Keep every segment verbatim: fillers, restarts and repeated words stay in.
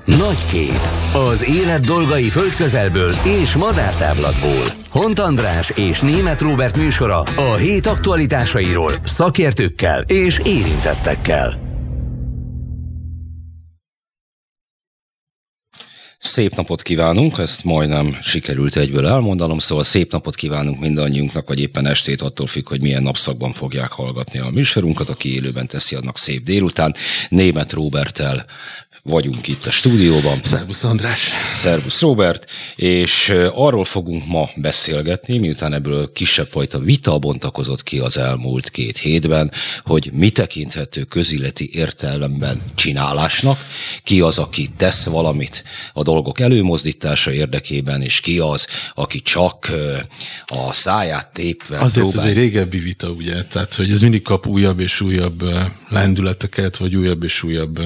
Nagy kép. Az élet dolgai földközelből és madártávlatból. Hont András és Németh Róbert műsora a hét aktualitásairól szakértőkkel és érintettekkel. Szép napot kívánunk, ezt majdnem sikerült egyből elmondanom, szóval szép napot kívánunk mindannyiunknak, vagy éppen estét, attól függ, hogy milyen napszakban fogják hallgatni a műsorunkat, aki élőben teszi, annak szép délután. Németh Róberttel vagyunk itt a stúdióban. Szervusz András! Szervusz Róbert, és arról fogunk ma beszélgetni, miután ebből kisebb fajta vita bontakozott ki az elmúlt két hétben, hogy mi tekinthető közéleti értelemben csinálásnak, ki az, aki tesz valamit a dolgok előmozdítása érdekében, és ki az, aki csak a száját tépve Azért próbál... ez egy régebbi vita, ugye? Tehát, hogy ez mindig kap újabb és újabb lendületeket, vagy újabb és újabb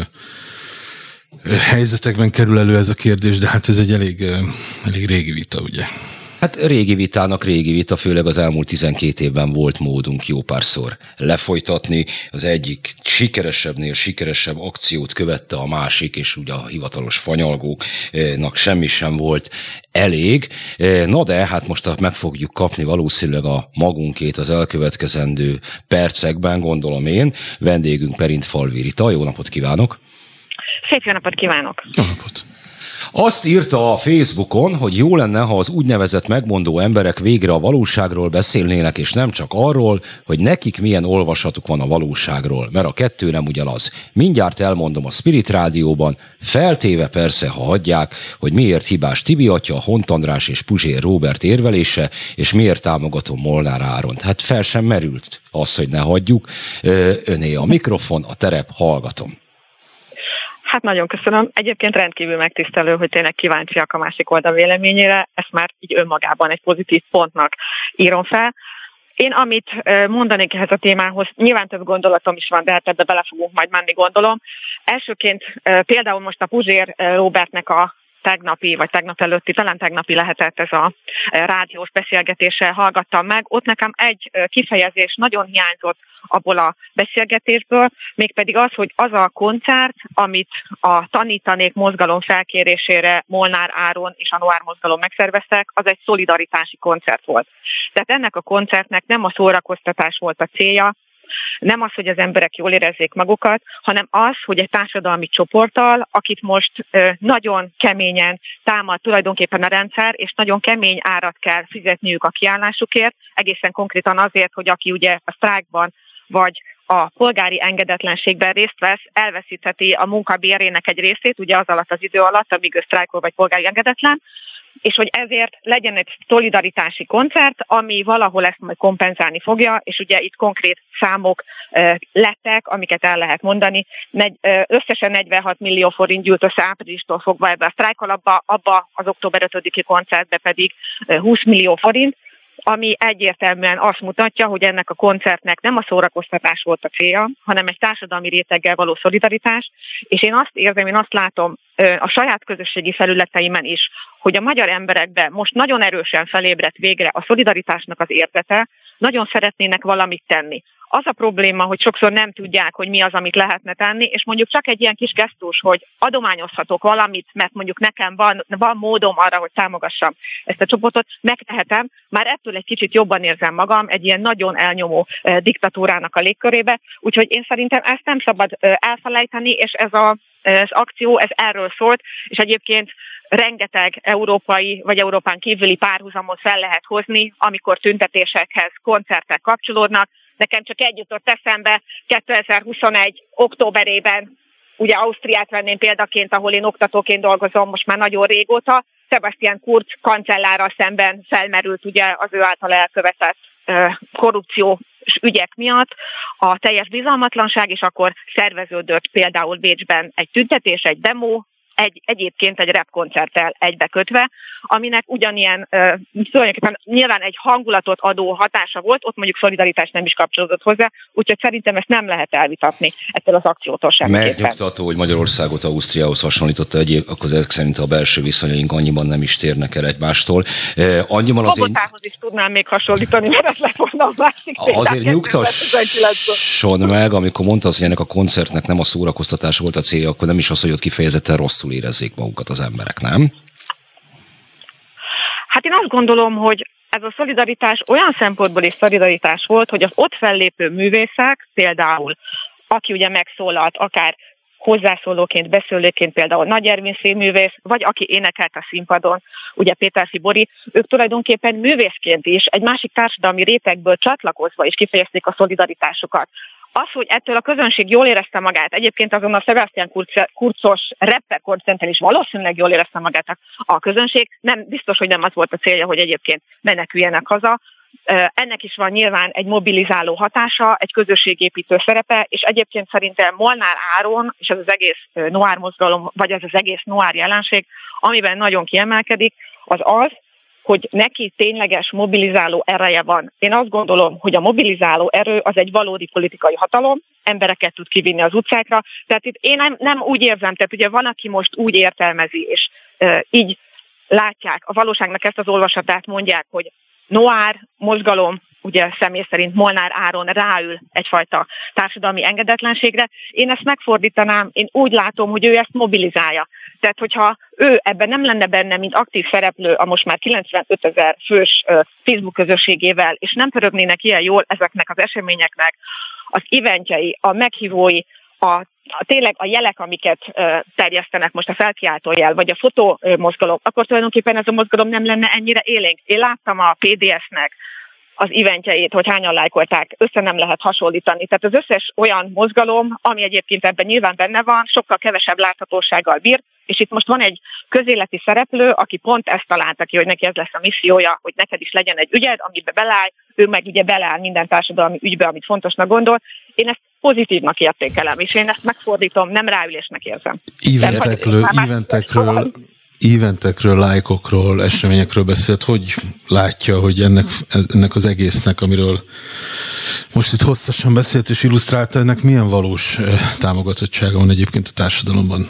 helyzetekben kerül elő ez a kérdés, de hát ez egy elég, elég régi vita, ugye? Hát régi vitának régi vita, főleg az elmúlt tizenkét évben volt módunk jó párszor lefolytatni. Az egyik sikeresebbnél sikeresebb akciót követte a másik, és ugye a hivatalos fanyalgóknak semmi sem volt elég. Na de, hát most meg fogjuk kapni valószínűleg a magunkét az elkövetkezendő percekben, gondolom én. Vendégünk Perint Falvi Rita. Jó napot kívánok! Szép jó napot kívánok! Jó napot! Azt írta a Facebookon, hogy jó lenne, ha az úgynevezett megmondó emberek végre a valóságról beszélnének, és nem csak arról, hogy nekik milyen olvasatuk van a valóságról, mert a kettő nem ugyanaz. Mindjárt elmondom a Spirit Rádióban, feltéve persze, ha hagyják, hogy miért hibás Tibi atya, Hont András és Puzsér Róbert érvelése, és miért támogatom Molnár Áront. Hát fel sem merült az, hogy ne hagyjuk. Öné a mikrofon, a terep, hallgatom. Hát nagyon köszönöm. Egyébként rendkívül megtisztelő, hogy tényleg kíváncsiak a másik oldal véleményére. Ezt már így önmagában egy pozitív pontnak írom fel. Én amit mondanék ehhez a témához, nyilván több gondolatom is van, de hát ebbe bele fogunk majd menni, gondolom. Elsőként például most a Puzsér Róbertnek a tegnapi, vagy tegnap előtti, talán tegnapi lehetett ez a rádiós beszélgetéssel hallgattam meg. Ott nekem egy kifejezés nagyon hiányzott abból a beszélgetésből, mégpedig az, hogy az a koncert, amit a Tanítanék mozgalom felkérésére Molnár Áron és a Noir mozgalom megszerveztek, az egy szolidaritási koncert volt. Tehát ennek a koncertnek nem a szórakoztatás volt a célja, nem az, hogy az emberek jól érezzék magukat, hanem az, hogy egy társadalmi csoporttal, akit most ö, nagyon keményen támad tulajdonképpen a rendszer, és nagyon kemény árat kell fizetniük a kiállásukért, egészen konkrétan azért, hogy aki ugye a sztrájkban vagy a polgári engedetlenségben részt vesz, elveszítheti a munkabérének egy részét, ugye az alatt az idő alatt, amíg ő sztrájkol vagy polgári engedetlen, és hogy ezért legyen egy szolidaritási koncert, ami valahol ezt majd kompenzálni fogja, és ugye itt konkrét számok e, lettek, amiket el lehet mondani. Negy, e, összesen negyvenhat millió forint gyűlt össze áprilistól fogva ebbe a sztrájk alapba, abba az október ötödiki koncertbe pedig e, húsz millió forint, ami egyértelműen azt mutatja, hogy ennek a koncertnek nem a szórakoztatás volt a célja, hanem egy társadalmi réteggel való szolidaritás, és én azt érzem, én azt látom a saját közösségi felületeimen is, hogy a magyar emberekben most nagyon erősen felébredt végre a szolidaritásnak az érzete, nagyon szeretnének valamit tenni. Az a probléma, hogy sokszor nem tudják, hogy mi az, amit lehetne tenni, és mondjuk csak egy ilyen kis gesztus, hogy adományozhatok valamit, mert mondjuk nekem van, van módom arra, hogy támogassam ezt a csoportot, megtehetem, már ettől egy kicsit jobban érzem magam egy ilyen nagyon elnyomó eh, diktatúrának a légkörébe, úgyhogy én szerintem ezt nem szabad eh, elfelejteni, és ez a, az akció, ez erről szólt, és egyébként rengeteg európai vagy Európán kívüli párhuzamot fel lehet hozni, amikor tüntetésekhez koncertek kapcsolódnak. Nekem csak egy jutott eszembe kétezer-huszonegy októberében, ugye Ausztriát venném példaként, ahol én oktatóként dolgozom most már nagyon régóta, Sebastian Kurz kancellárral szemben felmerült ugye az ő által elkövetett uh, korrupciós ügyek miatt a teljes bizalmatlanság, és akkor szerveződött például Bécsben egy tüntetés, egy demo, egy, egyébként egy rap koncerttel egybekötve, aminek ugyanilyen uh, tulajdonképpen nyilván egy hangulatot adó hatása volt, ott mondjuk szolidaritás nem is kapcsolódott hozzá, úgyhogy szerintem ezt nem lehet elvitatni ettől az akciótól semmiképpen. Megnyugtató, hogy Magyarországot Ausztriához hasonlította egyéb, akkor ezek szerint a belső viszonyaink annyiban nem is térnek el egymástól. Uh, annyiban az Bogotához én... is tudnám még hasonlítani, mert ez lett volna a másik. Azért nyugtasson meg, amikor mondta, hogy ennek a koncertnek nem a szórakoztatás volt a célja, akkor nem is az, hogy ott kifejezetten rosszul rosszul érezzék magukat az emberek, nem? Hát én azt gondolom, hogy ez a szolidaritás olyan szempontból is szolidaritás volt, hogy az ott fellépő művészek, például aki ugye megszólalt, akár hozzászólóként, beszélőként, például Nagy Ervin színművész, vagy aki énekelt a színpadon, ugye Péterfi Bori, ők tulajdonképpen művészként is egy másik társadalmi rétegből csatlakozva is kifejezték a szolidaritásukat. Az, hogy ettől a közönség jól érezte magát, egyébként azon a Sebastian Kurzos rapper koncerten is valószínűleg jól érezte magát a közönség, nem biztos, hogy nem az volt a célja, hogy egyébként meneküljenek haza. Ennek is van nyilván egy mobilizáló hatása, egy közösségépítő szerepe, és egyébként szerintem Molnár Áron, és ez az egész noir mozgalom, vagy ez az egész noir jelenség, amiben nagyon kiemelkedik, az az, hogy neki tényleges mobilizáló ereje van. Én azt gondolom, hogy a mobilizáló erő az egy valódi politikai hatalom, embereket tud kivinni az utcákra, tehát itt én nem, nem úgy érzem, tehát ugye van, aki most úgy értelmezi, és e, így látják, a valóságnak ezt az olvasatát mondják, hogy noir mozgalom, ugye személy szerint Molnár Áron ráül egyfajta társadalmi engedetlenségre. Én ezt megfordítanám, én úgy látom, hogy ő ezt mobilizálja. Tehát, hogyha ő ebben nem lenne benne, mint aktív szereplő a most már kilencvenöt ezer fős Facebook közösségével, és nem pörögnének ilyen jól ezeknek az eseményeknek az eventjei, a meghívói, a, a tényleg a jelek, amiket uh, terjesztenek most a felkiáltójel, vagy a fotómozgalom, akkor tulajdonképpen ez a mozgalom nem lenne ennyire élénk. Én láttam a pé dé es-nek az eventjeit, hogy hányan lájkolták, össze nem lehet hasonlítani. Tehát az összes olyan mozgalom, ami egyébként ebben nyilván benne van, sokkal kevesebb láthatósággal bír, és itt most van egy közéleti szereplő, aki pont ezt találta ki, hogy neki ez lesz a missziója, hogy neked is legyen egy ügyed, amiben beleáll, ő meg ugye beleáll minden társadalmi ügybe, amit fontosnak gondol. Én ezt pozitívnak értékelem, és én ezt megfordítom, nem ráülésnek érzem. Éventekről, éventekről, éventekről, lájkokról, eseményekről beszélt, hogy látja, hogy ennek, ennek az egésznek, amiről most itt hosszasan beszélt és illusztrálta, ennek milyen valós támogatottsága van egyébként a társadalomban?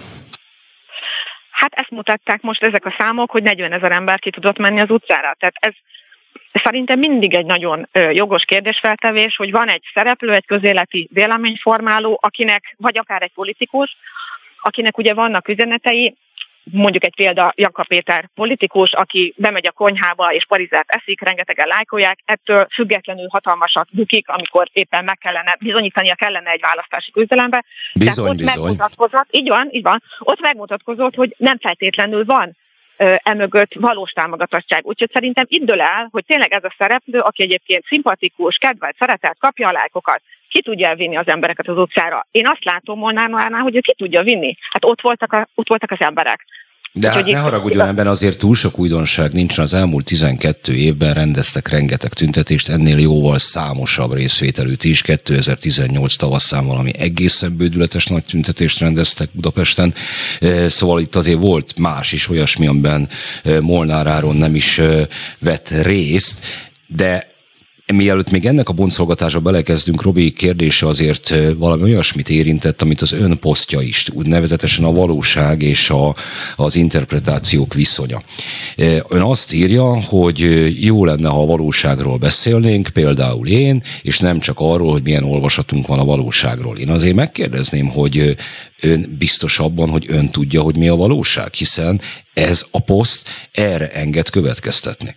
Hát ezt mutatták most ezek a számok, hogy negyvenezer ember ki tudott menni az utcára. Tehát ez szerintem mindig egy nagyon jogos kérdésfeltevés, hogy van egy szereplő, egy közéleti véleményformáló, akinek, vagy akár egy politikus, akinek ugye vannak üzenetei, mondjuk egy példa Jakab Péter politikus, aki bemegy a konyhába és parizert eszik, rengetegen lájkolják, ettől függetlenül hatalmasat bukik, amikor éppen meg kellene, bizonyítania kellene egy választási küzdelembe. Bizony, Tehát ott bizony. megmutatkozott, így van, így van, ott megmutatkozott, hogy nem feltétlenül van emögött valós támogatottság. Úgyhogy szerintem itt dől el, hogy tényleg ez a szereplő, aki egyébként szimpatikus, kedvelt, szeretett, kapja a lájkokat, ki tudja elvinni az embereket az utcára. Én azt látom Molnárnál, hogy ő ki tudja vinni. Hát ott voltak, a, ott voltak az emberek. De hát ne haragudjon, ebben azért túl sok újdonság nincsen. Az elmúlt tizenkettő évben rendeztek rengeteg tüntetést, ennél jóval számosabb részvételűt is. kétezer-tizennyolc tavaszán valami egészen bődületes nagy tüntetést rendeztek Budapesten. Szóval itt azért volt más is olyasmi, amiben Molnár Áron nem is vett részt, de mielőtt még ennek a boncolgatásba belekezdünk, Robi kérdése azért valami olyasmit érintett, amit az ön posztja is, úgy nevezetesen a valóság és a, az interpretációk viszonya. Ön azt írja, hogy jó lenne, ha a valóságról beszélnénk, például én, és nem csak arról, hogy milyen olvasatunk van a valóságról. Én azért megkérdezném, hogy ön biztos abban, hogy ön tudja, hogy mi a valóság, hiszen ez a poszt erre enged következtetni.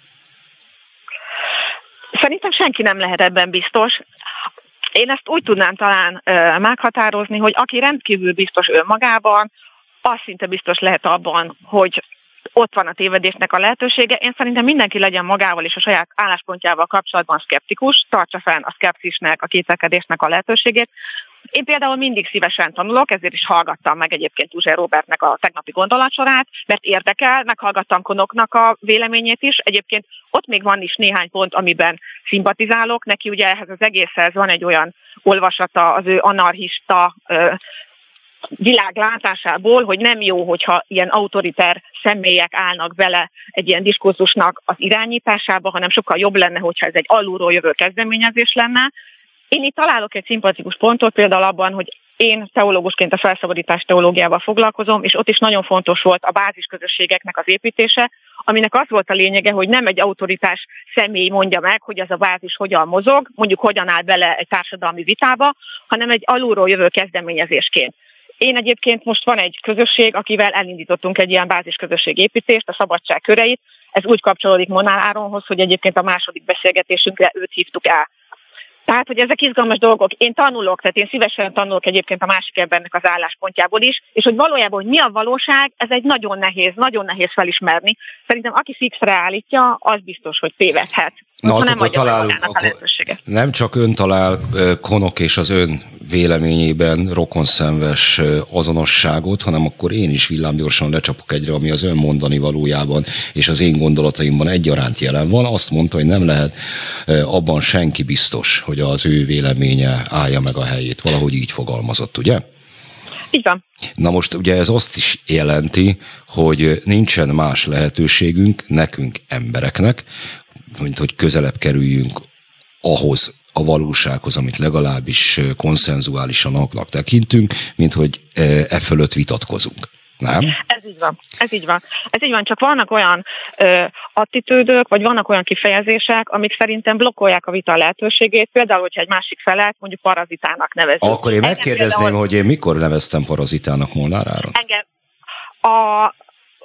Szerintem senki nem lehet ebben biztos. Én ezt úgy tudnám talán ö, meghatározni, hogy aki rendkívül biztos önmagában, az szinte biztos lehet abban, hogy ott van a tévedésnek a lehetősége. Én szerintem mindenki legyen magával és a saját álláspontjával kapcsolatban szkeptikus, tartsa fenn a szkepszisnek, a kételkedésnek a lehetőségét. Én például mindig szívesen tanulok, ezért is hallgattam meg egyébként Tuzsér Róbertnek a tegnapi gondolatsorát, mert érdekel, meghallgattam Konoknak a véleményét is. Egyébként ott még van is néhány pont, amiben szimpatizálok. Neki ugye ehhez az egészhez van egy olyan olvasata az ő anarchista ö, világlátásából, hogy nem jó, hogyha ilyen autoriter személyek állnak bele egy ilyen diskurzusnak az irányításába, hanem sokkal jobb lenne, hogyha ez egy alulról jövő kezdeményezés lenne. Én itt találok egy szimpatikus pontot, például abban, hogy én teológusként a felszabadítás teológiával foglalkozom, és ott is nagyon fontos volt a bázisközösségeknek az építése, aminek az volt a lényege, hogy nem egy autoritás személy mondja meg, hogy ez a bázis hogyan mozog, mondjuk hogyan áll bele egy társadalmi vitába, hanem egy alulról jövő kezdeményezésként. Én egyébként most van egy közösség, akivel elindítottunk egy ilyen bázisközösségépítést, a Szabadság köreit. Ez úgy kapcsolódik Molnár Áronhoz, hogy egyébként a második beszélgetésünkre őt hívtuk el. Tehát, hogy ezek izgalmas dolgok. Én tanulok, tehát én szívesen tanulok egyébként a másik embernek az álláspontjából is, és hogy valójában, hogy mi a valóság, ez egy nagyon nehéz, nagyon nehéz felismerni. Szerintem aki fixre állítja, az biztos, hogy tévedhet. Na, ha nem akkor találunk, akkor nem csak ön talál Konok és az ön véleményében rokonszenves azonosságot, hanem akkor én is villámgyorsan lecsapok egyre, ami az ön mondani valójában és az én gondolataimban egyaránt jelen van. Azt mondta, hogy nem lehet abban senki biztos, hogy az ő véleménye állja meg a helyét. Valahogy így fogalmazott, ugye? Így van. Na most ugye ez azt is jelenti, hogy nincsen más lehetőségünk nekünk embereknek, mint hogy közelebb kerüljünk ahhoz a valósághoz, amit legalábbis konszenzuálisan annak tekintünk, mint hogy e fölött vitatkozunk. Nem? Ez így van. Ez így van. Ez így van, csak vannak olyan ö, attitűdök, vagy vannak olyan kifejezések, amik szerintem blokkolják a vita lehetőségét, például, hogyha egy másik felet mondjuk parazitának nevezünk. Akkor én megkérdezném, például, hogy én mikor neveztem parazitának Molnár Áron? Engem a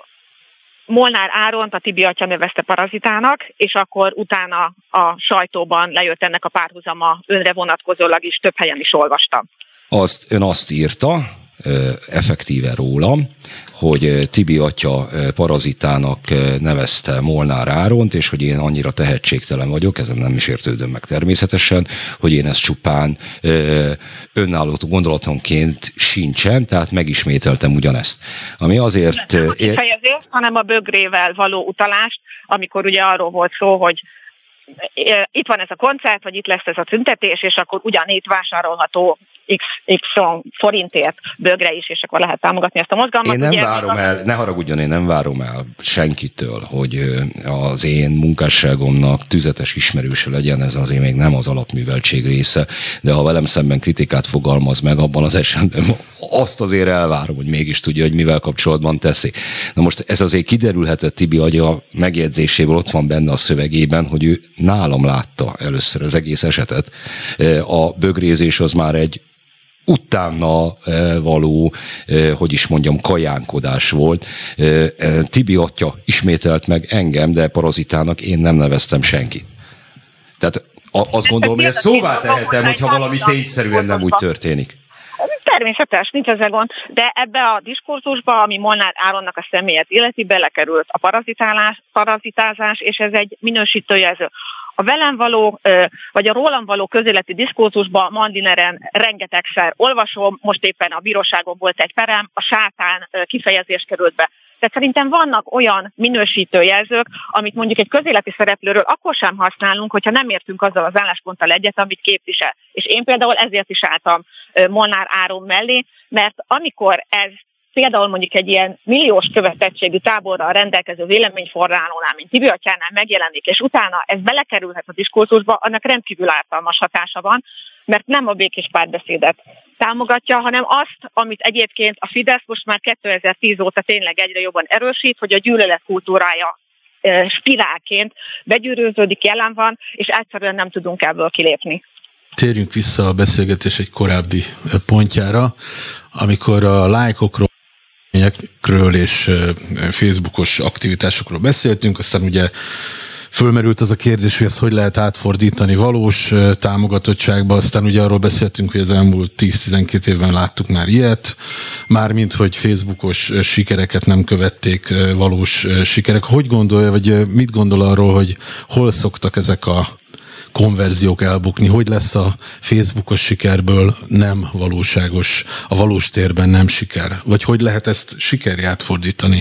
Molnár Áront a Tibi atya nevezte parazitának, és akkor utána a sajtóban lejött ennek a párhuzama, önre vonatkozólag is több helyen is olvastam. Azt, ön azt írta, effektíve rólam, hogy Tibi atya parazitának nevezte Molnár Áront, és hogy én annyira tehetségtelen vagyok, ezen nem is értődöm meg természetesen, hogy én ezt csupán önálló gondolatonként sincsen, tehát megismételtem ugyanezt. Ami azért... Nem a kifejezést, hanem a bögrével való utalást, amikor ugye arról volt szó, hogy itt van ez a koncert, vagy itt lesz ez a tüntetés, és akkor ugyanitt vásárolható X, X forintért bögre is, és akkor lehet támogatni ezt a mozgalmat. Én nem ugye, várom az... el, ne haragudjon, én nem várom el senkitől, hogy az én munkásságomnak tüzetes ismerőse legyen, ez azért még nem az alapműveltség része, de ha velem szemben kritikát fogalmaz meg, abban az esetben azt azért elvárom, hogy mégis tudja, hogy mivel kapcsolatban teszi. Na most ez azért kiderülhetett Tibi agya megjegyzéséből, ott van benne a szövegében, hogy ő nálam látta először az egész esetet. A bögrézés az már egy utána való, hogy is mondjam, kajánkodás volt. Tibi atya ismételt meg engem, de parazitának én nem neveztem senkit. Tehát azt gondolom, hogy ezt szóvá tehetem, hogyha valami tényszerűen nem úgy történik. Természetes, nincs ezzel gond, de ebbe a diskurzusba, ami Molnár Áronnak a személyet illeti, belekerült a parazitálás, parazitázás, és ez egy minősítőjelző. A velem való, vagy a rólam való közéleti diskurzusban Mandineren rengetegszer olvasom, most éppen a bíróságon volt egy perem, a sátán kifejezés került be. Tehát szerintem vannak olyan minősítő jelzők, amit mondjuk egy közéleti szereplőről akkor sem használunk, hogyha nem értünk azzal az állásponttal egyet, amit képvisel. És én például ezért is álltam Molnár Áron mellé, mert amikor ez például mondjuk egy ilyen milliós követettségű táborral rendelkező véleményforrálónál, mint Tibi atyánál megjelenik, és utána ez belekerülhet a diskurzusba, annak rendkívül ártalmas hatása van, mert nem a békés párbeszédet támogatja, hanem azt, amit egyébként a Fidesz most már kétezer-tíz óta tényleg egyre jobban erősít, hogy a gyűlölet kultúrája spirálként begyűrűződik, jelen van, és egyszerűen nem tudunk ebből kilépni. Térjünk vissza a beszélgetés egy korábbi pontjára, amikor a lájkokról és Facebookos aktivitásokról beszéltünk, aztán ugye fölmerült az a kérdés, hogy ezt hogy lehet átfordítani valós támogatottságba, aztán ugye arról beszéltünk, hogy az elmúlt tíz-tizenkét évben láttuk már ilyet, mármint, hogy Facebookos sikereket nem követték valós sikerek. Hogy gondolja, vagy mit gondol arról, hogy hol szoktak ezek a konverziók elbukni, hogy lesz a Facebookos sikerből nem valóságos, a valós térben nem siker? Vagy hogy lehet ezt sikerre átfordítani?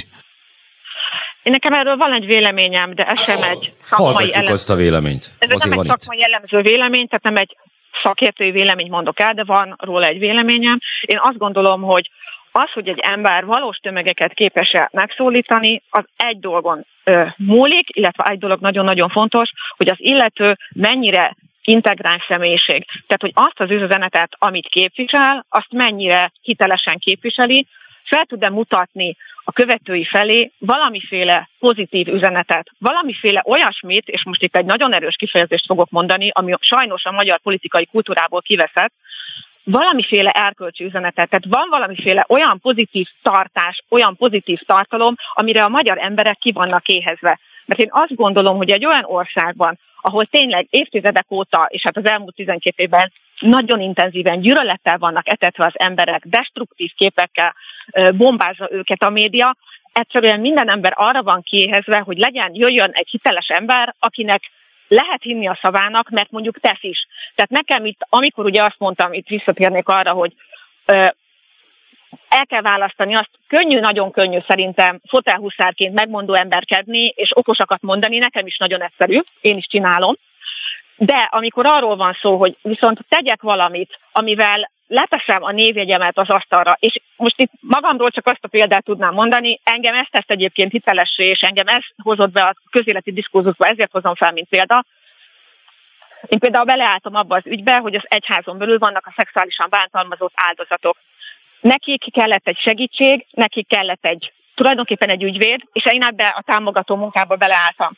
Én nekem erről van egy véleményem, de ez sem egy szakmai elemző. Azt a véleményt. Ez Azért nem egy szakmai jellemző vélemény, tehát nem egy szakértői véleményt mondok el, de van róla egy véleményem. Én azt gondolom, hogy az, hogy egy ember valós tömegeket képes-e megszólítani, az egy dolgon ö, múlik, illetve egy dolog nagyon-nagyon fontos, hogy az illető mennyire integráns személyiség. Tehát, hogy azt az üzenetet, amit képvisel, azt mennyire hitelesen képviseli, fel tud-e mutatni a követői felé valamiféle pozitív üzenetet, valamiféle olyasmit, és most itt egy nagyon erős kifejezést fogok mondani, ami sajnos a magyar politikai kultúrából kiveszett, valamiféle erkölcsi üzenetet, tehát van valamiféle olyan pozitív tartás, olyan pozitív tartalom, amire a magyar emberek ki vannak éhezve. Mert én azt gondolom, hogy egy olyan országban, ahol tényleg évtizedek óta, és hát az elmúlt tizenkét évben nagyon intenzíven gyűlölettel vannak etetve az emberek, destruktív képekkel bombázza őket a média, egyszerűen minden ember arra van kiéhezve, hogy legyen, jöjjön egy hiteles ember, akinek lehet hinni a szavának, mert mondjuk tesz is. Tehát nekem itt, amikor ugye azt mondtam, itt visszatérnék arra, hogy ö, el kell választani azt, könnyű, nagyon könnyű szerintem fotelhuszárként megmondó emberkedni, és okosakat mondani, nekem is nagyon egyszerű, én is csinálom. De amikor arról van szó, hogy viszont tegyek valamit, amivel leteszem a névjegyemet az asztalra, és most itt magamról csak azt a példát tudnám mondani, engem ezt tesz egyébként hitelessé, és engem ezt hozott be a közéleti diskurzusba, ezért hozom fel, mint példa. Én például beleálltam abba az ügybe, hogy az egyházon belül vannak a szexuálisan bántalmazott áldozatok. Nekik kellett egy segítség, nekik kellett egy tulajdonképpen egy ügyvéd, és én ebbe a támogató munkába beleálltam.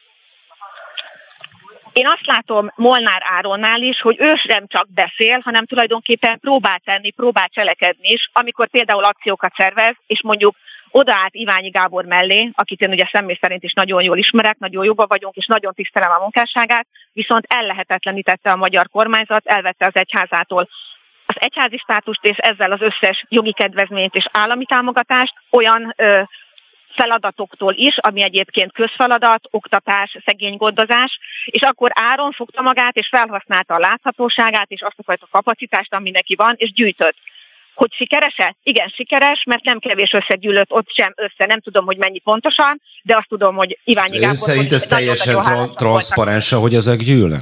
Én azt látom Molnár Áronnál is, hogy ő sem csak beszél, hanem tulajdonképpen próbál tenni, próbál cselekedni is, amikor például akciókat szervez, és mondjuk odaállt Iványi Gábor mellé, akit én ugye személy szerint is nagyon jól ismerek, nagyon jóba vagyunk, és nagyon tisztelem a munkásságát, viszont ellehetetlenítette a magyar kormányzat, elvette az egyházától az egyházi státust, és ezzel az összes jogi kedvezményt és állami támogatást olyan ö, feladatoktól is, ami egyébként közfeladat, oktatás, szegénygondozás, és akkor Áron fogta magát, és felhasználta a láthatóságát, és azt a fajta kapacitást, ami neki van, és gyűjtött. Hogy sikeres-e? Igen, sikeres, mert nem kevés összegyűlött ott sem össze, nem tudom, hogy mennyi pontosan, de azt tudom, hogy Iványi Gábor... Ön szerint ez teljesen tra- transzparens, hogy ezek gyűlnek?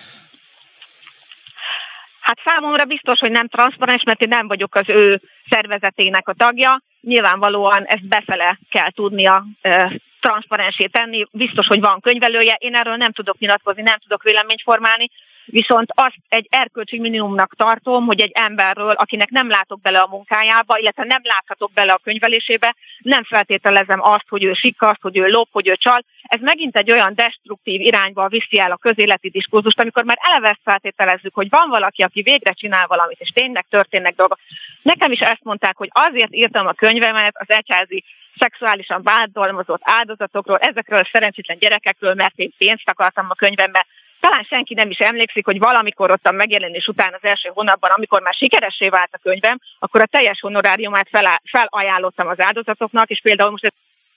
Hát számomra biztos, hogy nem transzparens, mert én nem vagyok az ő szervezetének a tagja. Nyilvánvalóan ezt befele kell tudnia e, transzparensé tenni. Biztos, hogy van könyvelője. Én erről nem tudok nyilatkozni, nem tudok véleményt formálni. Viszont azt egy erkölcsi minimumnak tartom, hogy egy emberről, akinek nem látok bele a munkájába, illetve nem láthatok bele a könyvelésébe, nem feltételezem azt, hogy ő sikkaszt, hogy ő lop, hogy ő csal. Ez megint egy olyan destruktív irányba viszi el a közéleti diskurzust, amikor már eleve ezt feltételezzük, hogy van valaki, aki végre csinál valamit, és tényleg történnek dolgok. Nekem is ezt mondták, hogy azért írtam a könyvemet az egyházi szexuálisan bántalmazott áldozatokról, ezekről a szerencsétlen gyerekekről, mert én pénzt akartam a könyvembe. Talán senki nem is emlékszik, hogy valamikor ott a megjelenés után az első hónapban, amikor már sikeressé vált a könyvem, akkor a teljes honoráriumát fel, felajánlottam az áldozatoknak, és például most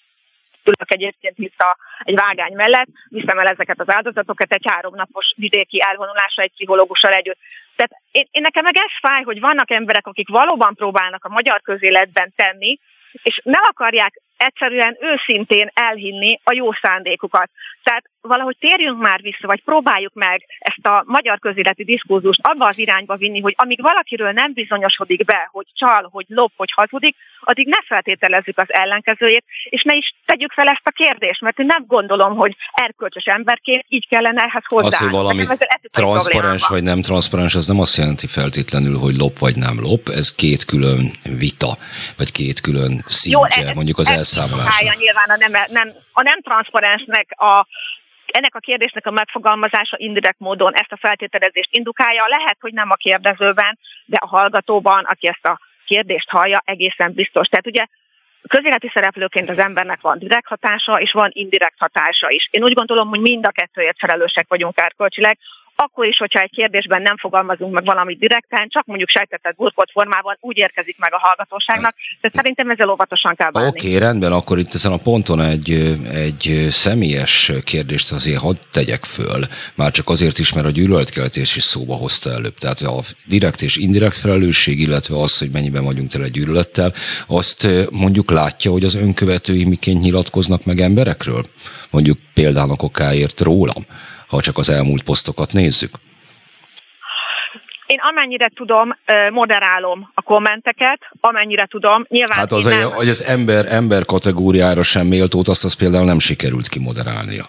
ülök egyébként vissza egy vágány mellett, viszem el ezeket az áldozatokat egy háromnapos vidéki elvonulásra egy pszichológussal együtt. Tehát én, én nekem meg ez fáj, hogy vannak emberek, akik valóban próbálnak a magyar közéletben tenni, és nem akarják egyszerűen őszintén elhinni a jó szándékukat. Tehát valahogy térjünk már vissza, vagy próbáljuk meg ezt a magyar közéleti diskurzust abba az irányba vinni, hogy amíg valakiről nem bizonyosodik be, hogy csal, hogy lop, hogy hazudik, addig ne feltételezzük az ellenkezőjét, és ne is tegyük fel ezt a kérdést, mert én nem gondolom, hogy erkölcsös emberként így kellene ehhez hozzáállni. Az, hogy valami transzparens vagy nem transzparens, az nem azt jelenti feltétlenül, hogy lop vagy nem lop, ez két külön vita, vagy két külön szintje, Jó, mondjuk az elszámolásnak. Nyilván a nem, nem, a nem transzparensnek a ennek a kérdésnek a megfogalmazása indirekt módon ezt a feltételezést indukálja. Lehet, hogy nem a kérdezőben, de a hallgatóban, aki ezt a kérdést hallja, egészen biztos. Tehát ugye közéleti szereplőként az embernek van direkt hatása, és van indirekt hatása is. Én úgy gondolom, hogy mind a kettőért felelősek vagyunk erkölcsileg, akkor is, hogyha egy kérdésben nem fogalmazunk meg valamit direkten, csak mondjuk sejtetett burkolt formában úgy érkezik meg a hallgatóságnak, tehát szerintem ezzel óvatosan kell bánni. Oké, okay, rendben, akkor itt ezen a ponton egy, egy személyes kérdést azért hadd tegyek föl, már csak azért is, mert a gyűlöletkeltés is szóba hozta előbb. Tehát a direkt és indirekt felelősség, illetve az, hogy mennyiben vagyunk tele gyűlölettel, azt mondjuk látja, hogy az önkövetői miként nyilatkoznak meg emberekről? Mondjuk példának okáért rólam, ha csak az elmúlt posztokat nézzük? Én amennyire tudom, moderálom a kommenteket, amennyire tudom. Nyilván hát az, nem... hogy az ember, ember kategóriára sem méltót, azt az például nem sikerült kimoderálnia.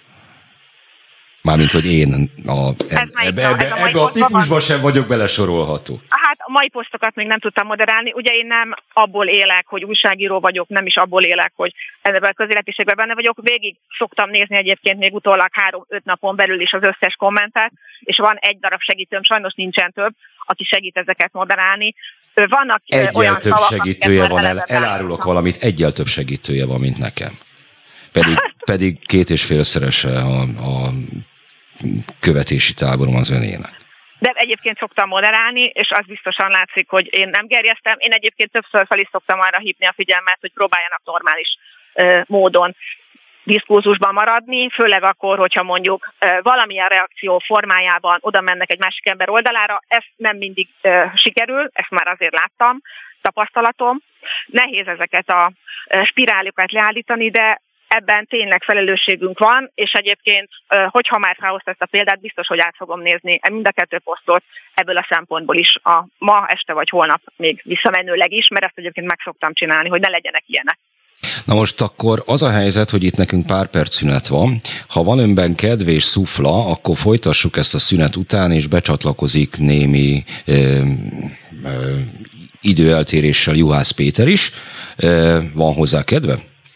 Mármint, hogy én a, ebbe, ebbe, ebbe a típusba sem vagyok belesorolható. Hát mai posztokat még nem tudtam moderálni. Ugye én nem abból élek, hogy újságíró vagyok, nem is abból élek, hogy ebben a közéletiségben benne vagyok. Végig szoktam nézni egyébként még utólag három-öt napon belül is az összes kommentet, és van egy darab segítőm, sajnos nincsen több, aki segít ezeket moderálni. Vannak egyel olyan több szavak, segítője van, el, elárulok valamit, egyel több segítője van, mint nekem. Pedig, pedig két és félszerese a, a követési táborom az önének. De egyébként szoktam moderálni, és az biztosan látszik, hogy én nem gerjeztem. Én egyébként többször fel is szoktam arra hívni a figyelmet, hogy próbáljanak normális uh, módon diszkurzusban maradni, főleg akkor, hogyha mondjuk uh, valamilyen reakció formájában oda mennek egy másik ember oldalára. Ez nem mindig uh, sikerül, ezt már azért láttam, tapasztalatom. Nehéz ezeket a uh, spirálokat leállítani, de ebben tényleg felelősségünk van, és egyébként, hogyha már felhozta ezt a példát, biztos, hogy át fogom nézni mind a kettő posztot ebből a szempontból is a ma este vagy holnap még visszamenőleg is, mert ezt egyébként meg szoktam csinálni, hogy ne legyenek ilyenek. Na most akkor az a helyzet, hogy itt nekünk pár perc szünet van. Ha van önben kedv és szufla, akkor folytassuk ezt a szünet után, és becsatlakozik némi ö, ö, időeltéréssel Juhász Péter is. Ö, van hozzá kedve?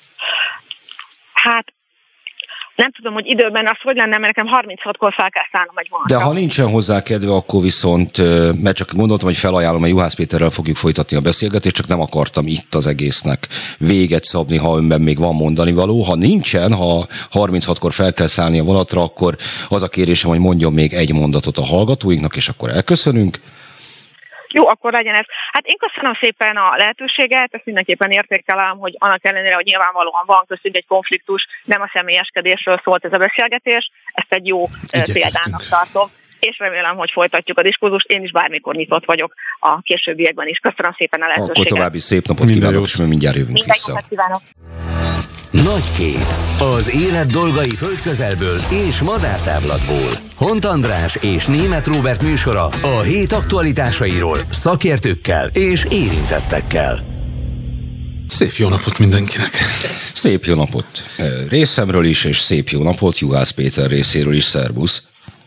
Hát nem tudom, hogy időben az hogy lenne, mert nekem harminchatkor fel kell szállnom egy vonatra. De ha nincsen hozzá kedve, akkor viszont, mert csak gondoltam, hogy felajánlom, hogy Juhász Péterrel fogjuk folytatni a beszélgetést, csak nem akartam itt az egésznek véget szabni, ha önben még van mondani való. Ha nincsen, ha harminchatkor fel kell szállni a vonatra, akkor az a kérésem, hogy mondjon még egy mondatot a hallgatóinknak, és akkor elköszönünk. Jó, akkor legyen ez. Hát én köszönöm szépen a lehetőséget, ezt mindenképpen értékelem, hogy annak ellenére, hogy nyilvánvalóan van köztünk egy konfliktus, nem a személyeskedésről szólt ez a beszélgetés, ezt egy jó példának tartom, és remélem, hogy folytatjuk a diskurzust. Én is bármikor nyitott vagyok a későbbiekben is. Köszönöm szépen a lehetőséget. Akkor további szép napot kívánok, és mindjárt jövünk Minden vissza. jót kívánok. Nagy kép. Az élet dolgai földközelből és madártávlatból. Hont András és Németh Róbert műsora a hét aktualitásairól szakértőkkel és érintettekkel. Szép jó napot mindenkinek! Szép jó napot részemről is, és szép jó napot Juhász Péter részéről is. Szervusz!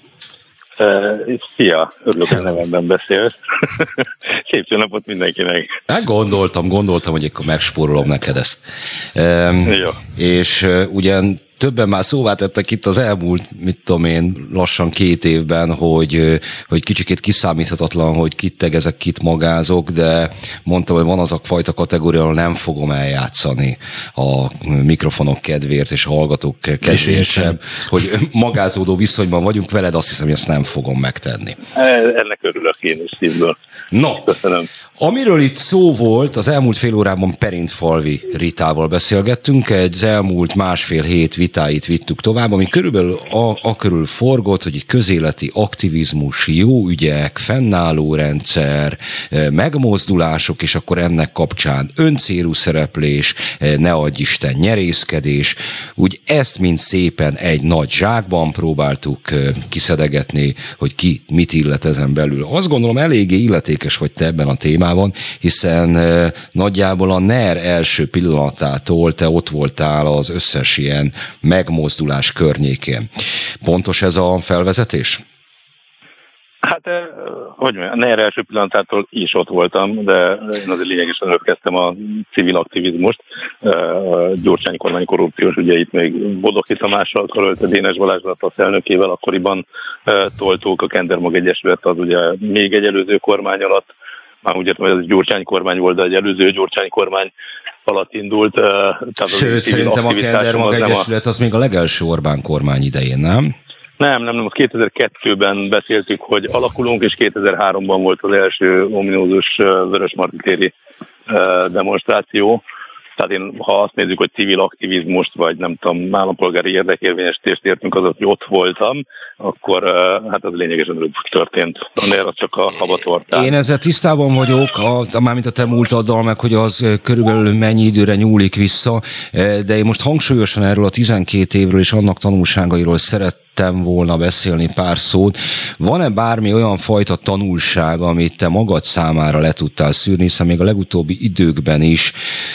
Uh, szia, örülök, hogy nevemben beszélsz. Szép jó napot mindenkinek. Hát gondoltam, gondoltam, hogy akkor megspórolom neked ezt. Um, jó. És uh, ugyan többen már szóvá tettek itt az elmúlt, mit tudom én, lassan két évben, hogy, hogy kicsikét kiszámíthatatlan, hogy kit tegezek, kit magázok, de mondtam, hogy van az a fajta kategória, ahol nem fogom eljátszani a mikrofonok kedvéért és a hallgatók kedvéért sem, hogy magázódó viszonyban vagyunk veled, azt hiszem, hogy ezt nem fogom megtenni. Ennek örülök én is szívből. No, köszönöm. Amiről itt szó volt, az elmúlt fél órában Perintfalvi Ritával beszélgettünk, egy elmúlt másfél hét vitáit vittük tovább, ami körülbelül a, a körül forgott, hogy egy közéleti aktivizmus, jó ügyek, fennálló rendszer, megmozdulások, és akkor ennek kapcsán öncélú szereplés, ne adj Isten nyerészkedés. Úgy ezt mind szépen egy nagy zsákban próbáltuk kiszedegetni, hogy ki mit illet ezen belül. Azt gondolom, eléggé illetékes vagy te ebben a témában, hiszen nagyjából a NER első pillanatától te ott voltál az összes ilyen megmozdulás környékén. Pontos ez a felvezetés? Hát, hogy mondjam, a NER első pillanatától is ott voltam, de én azért lényegesen előkeztem a civil aktivizmust. Gyurcsány kormány korrupciós ügyeit még Bodoghi Tamással karölte, Dénes Balázs a elnökével akkoriban toltuk, a Kendermag Egyesület az ugye még egy előző kormány alatt, már úgy értem, hogy ez egy Gyurcsány kormány volt, de egy előző Gyurcsány kormány alatt indult. Tehát sőt, szerintem a Kendermag Egyesület az még a legelső Orbán kormány idején, nem? Nem, nem, nem, kétezer-kettőben beszéltük, hogy alakulunk, és kétezer-háromban volt az első ominózus vörösmarty-téri demonstráció. Tehát én, ha azt nézzük, hogy civil aktivizmust, vagy nem tudom, állampolgári érdekérvényesítést értünk az, hogy ott voltam, akkor hát az lényegesen előbb történt. Annál az csak a habatortán. Én ezzel tisztában vagyok, a, mármint a te múltaddal, meg hogy az körülbelül mennyi időre nyúlik vissza, de én most hangsúlyosan erről a tizenkét évről és annak tanulságairól szerettem volna beszélni pár szót. Van-e bármi olyan fajta tanulság, amit te magad számára le tudtál szűrni, hiszen még a legutóbbi időkben is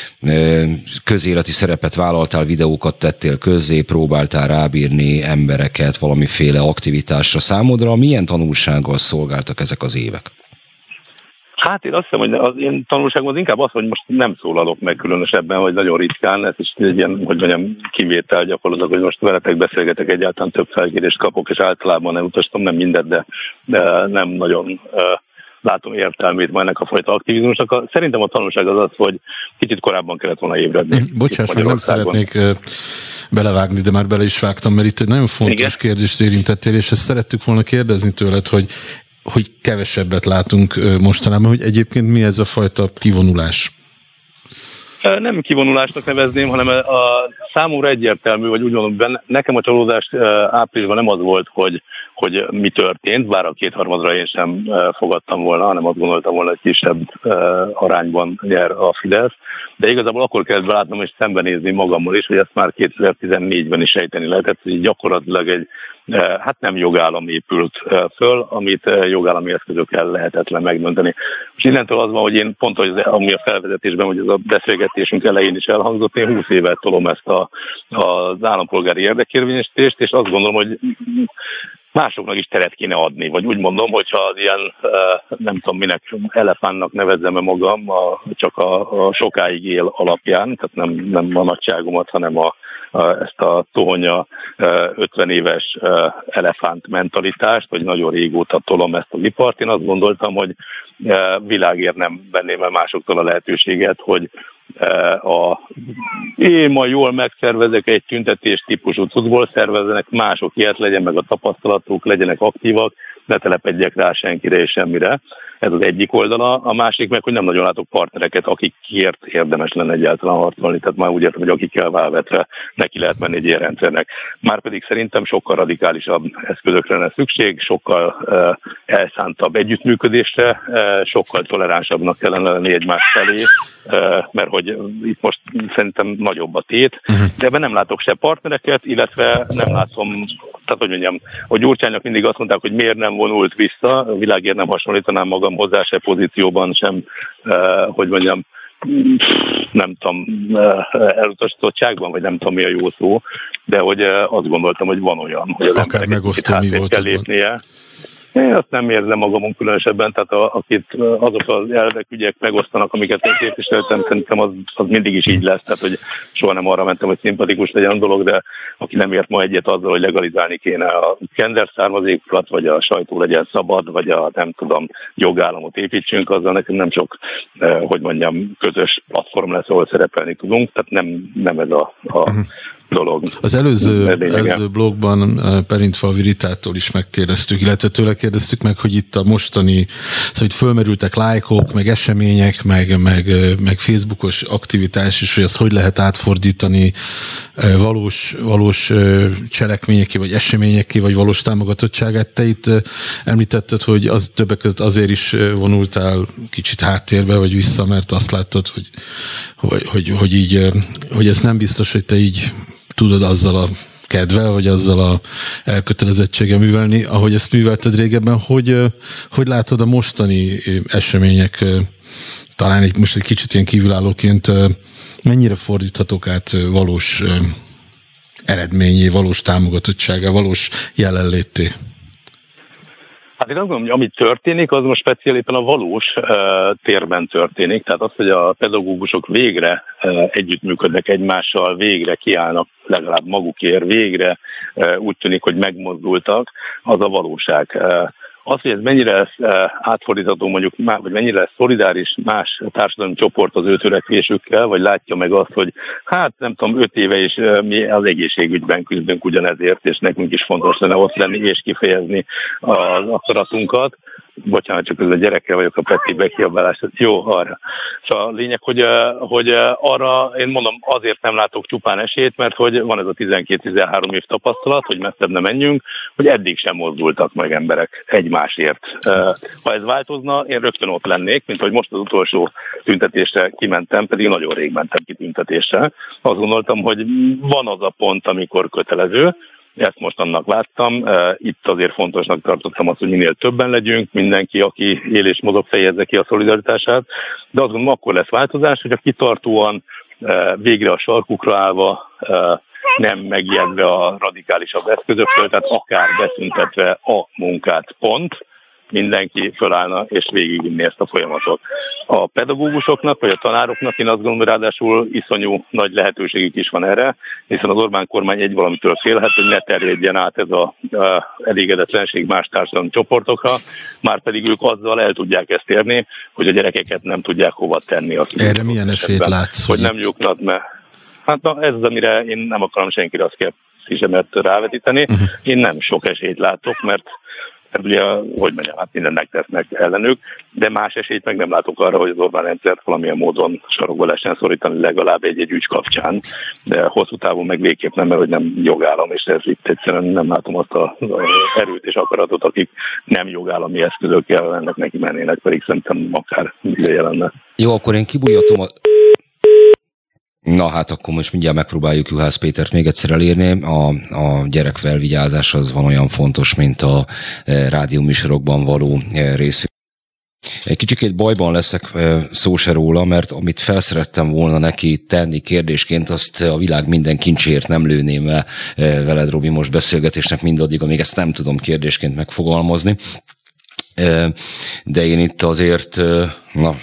közéleti szerepet vállaltál, videókat tettél közzé, próbáltál rábírni embereket valamiféle aktivitásra. Számodra milyen tanulsággal szolgáltak ezek az évek? Hát én azt hiszem, hogy az én tanulságom az inkább az, hogy most nem szólalok meg különösebben, vagy nagyon ritkán, ez is egy ilyen, hogy mondjam, kivétel gyakorlatilag, hogy most veletek beszélgetek, egyáltalán több felkérést kapok, és általában nem utasítom, nem mindet, de, de nem nagyon uh, látom értelmét majd ennek a fajta aktivizmusnak. Szerintem a tanulság az az, hogy kicsit korábban kellett volna ébredni. Bocsáss meg, nem szeretnék uh, belevágni, de már bele is vágtam, mert itt egy nagyon fontos Igen? kérdést érintettél, és ezt szerettük volna kérdezni tőled, hogy hogy kevesebbet látunk mostanában, hogy egyébként mi ez a fajta kivonulás? Nem kivonulásnak nevezném, hanem a számomra egyértelmű, vagy úgy mondom, nekem a csalódás áprilisban nem az volt, hogy, hogy mi történt, bár a kétharmadra én sem fogadtam volna, hanem azt gondoltam volna, hogy kisebb arányban nyer a Fidesz, de igazából akkor kellett belátnom és szembenézni magammal is, hogy ezt már kétezer-tizennégyben is sejteni lehetett, hogy gyakorlatilag egy hát nem jogállam épült föl, amit jogállami eszközökkel lehetetlen megdönteni. És innentől az van, hogy én pont, hogy ami a felvezetésben, hogy ez a beszélgetésünk elején is elhangzott, én húsz évet tolom ezt a, az állampolgári érdekérvényesítést, és azt gondolom, hogy másoknak is teret kéne adni, vagy úgy mondom, hogyha az ilyen, nem tudom minek, elefántnak nevezzem-e magam, a, csak a, a sokáig él alapján, tehát nem, nem a nagyságomat, hanem a, a, ezt a tohonya ötven éves elefánt mentalitást, hogy nagyon régóta tolom ezt az ipart. Én azt gondoltam, hogy világért nem venném el másoktól a lehetőséget, hogy a, én ma jól megszervezek egy tüntetés típusú cuccból szervezzenek, mások ilyet, legyen meg a tapasztalatuk, legyenek aktívak, ne telepedjek rá senkire és semmire. Ez az egyik oldala. A másik meg, hogy nem nagyon látok partnereket, akikért érdemes lenne egyáltalán harcolni. Tehát már úgy értem, hogy akikkel válvetve neki lehet menni egy ilyen rendszernek. Márpedig szerintem sokkal radikálisabb eszközökre lenne szükség, sokkal uh, elszántabb együttműködésre, uh, sokkal toleránsabbnak kellene lenni egymás felé, uh, mert hogy itt most szerintem nagyobb a tét, de ebben nem látok se partnereket, illetve nem látom, tehát hogy mondjam, hogy Gyurcsánynak mindig azt mondták, hogy miért nem vonult vissza, a világért nem hasonlítanám magam hozzá se pozícióban sem, uh, hogy mondjam, nem tudom, elutasítottságban, vagy nem tudom mi a jó szó, de hogy azt gondoltam, hogy van olyan, hogy az akár megosztó mi volt kell lépnie. Én azt nem érzem magamon különösebben, tehát a, akit azok az elvek, ügyek megosztanak, amiket én képviseltem, szerintem az, az mindig is így lesz, tehát hogy soha nem arra mentem, hogy szimpatikus legyen a dolog, de aki nem ért ma egyet azzal, hogy legalizálni kéne a kender származékokat, vagy a sajtó legyen szabad, vagy a nem tudom, jogállamot építsünk, azzal nekem nem csak, hogy mondjam, közös platform lesz, ahol szerepelni tudunk, tehát nem, nem ez a, a dolog. Az előző, előző blogban Perintfalvi Ritától is megkérdeztük, illetve tőle kérdeztük meg, hogy itt a mostani, szóval hogy fölmerültek lájkok, meg események, meg, meg, meg Facebookos aktivitás, és hogy ezt hogy lehet átfordítani valós, valós cselekményeké, vagy eseményeké, vagy valós támogatottságát. Te itt említetted, hogy az többek között azért is vonultál kicsit háttérbe, vagy vissza, mert azt láttad, hogy, hogy, hogy, hogy így, hogy ez nem biztos, hogy te így tudod azzal a kedvel, vagy azzal a elkötelezettséggel művelni, ahogy ezt művelted régebben, hogy, hogy látod a mostani események, talán egy, most egy kicsit ilyen kívülállóként, mennyire fordíthatók át valós eredményé, valós támogatottságá, valós jelenlétté? Hát én azt gondolom, hogy ami történik, az most speciál éppen a valós uh, térben történik. Tehát az, hogy a pedagógusok végre uh, együttműködnek egymással, végre kiállnak legalább magukért, végre uh, úgy tűnik, hogy megmozdultak, az a valóság. Uh, Az, hogy ez mennyire lesz átfordítható mondjuk, vagy mennyire lesz szolidáris más társadalmi csoport az ő törekvésükkel, vagy látja meg azt, hogy hát nem tudom, öt éve is mi az egészségügyben küzdünk ugyanezért, és nekünk is fontos lenne ott lenni és kifejezni az akaratunkat. Bocsánat, csak közben gyerekkel vagyok, a Peti bekiabálás, jó, arra. Szóval a lényeg, hogy, hogy arra én mondom, azért nem látok csupán esélyt, mert hogy van ez a tizenkét-tizenhárom év tapasztalat, hogy messzebb ne menjünk, hogy eddig sem mozdultak meg emberek egymásért. Ha ez változna, én rögtön ott lennék, mint hogy most az utolsó tüntetésre kimentem, pedig nagyon rég mentem ki tüntetésre. Azt gondoltam, hogy van az a pont, amikor kötelező, ezt most annak láttam. Itt azért fontosnak tartottam azt, hogy minél többen legyünk, mindenki, aki él és mozog, fejezze ki a szolidaritását, de azt gondolom, akkor lesz változás, hogyha kitartóan, végre a sarkukra állva, nem megijedve a radikálisabb eszközöktől, tehát akár beszüntetve a munkát, pont, mindenki fölállna és végigvinni ezt a folyamatot. A pedagógusoknak vagy a tanároknak én azt gondolom, hogy ráadásul iszonyú nagy lehetőségük is van erre, hiszen az Orbán kormány egy valamitől félhet, hogy ne terjedjen át ez a, a elégedetlenség más társadalmi csoportokra, már pedig ők azzal el tudják ezt érni, hogy a gyerekeket nem tudják hova tenni. Erre milyen esélyt látsz? Hogy nem lyuknak, mert hát na, ez az, amire én nem akarom senkire a szkepszizsemet rávetíteni. Uh-huh. Én nem sok esélyt látok, mert mert ugye, hogy mondjam, hát mindent megtesznek ellenük, de más esélyt meg nem látok arra, hogy az Orbán rendszert valamilyen módon sarokba lehessen szorítani legalább egy-egy ügy kapcsán, de hosszú távon meg végképp nem, mert hogy nem jogállam, és ez itt egyszerűen nem látom azt az erőt és akaratot, akik nem jogállami eszközökkel ennek neki mennének, pedig szerintem akár ideje lenne. Jó, akkor én kibújjatom a... Na hát akkor most mindjárt megpróbáljuk Juhász Pétert még egyszer elérni. A, a gyerekfelvigyázás az van olyan fontos, mint a e, rádióműsorokban való e, rész. Egy kicsikét bajban leszek e, szó se róla, mert amit felszerettem volna neki tenni kérdésként, azt a világ minden kincsért nem lőném le e, veled, Robi, most beszélgetésnek mindaddig, amíg ezt nem tudom kérdésként megfogalmazni. E, de én itt azért, e, na...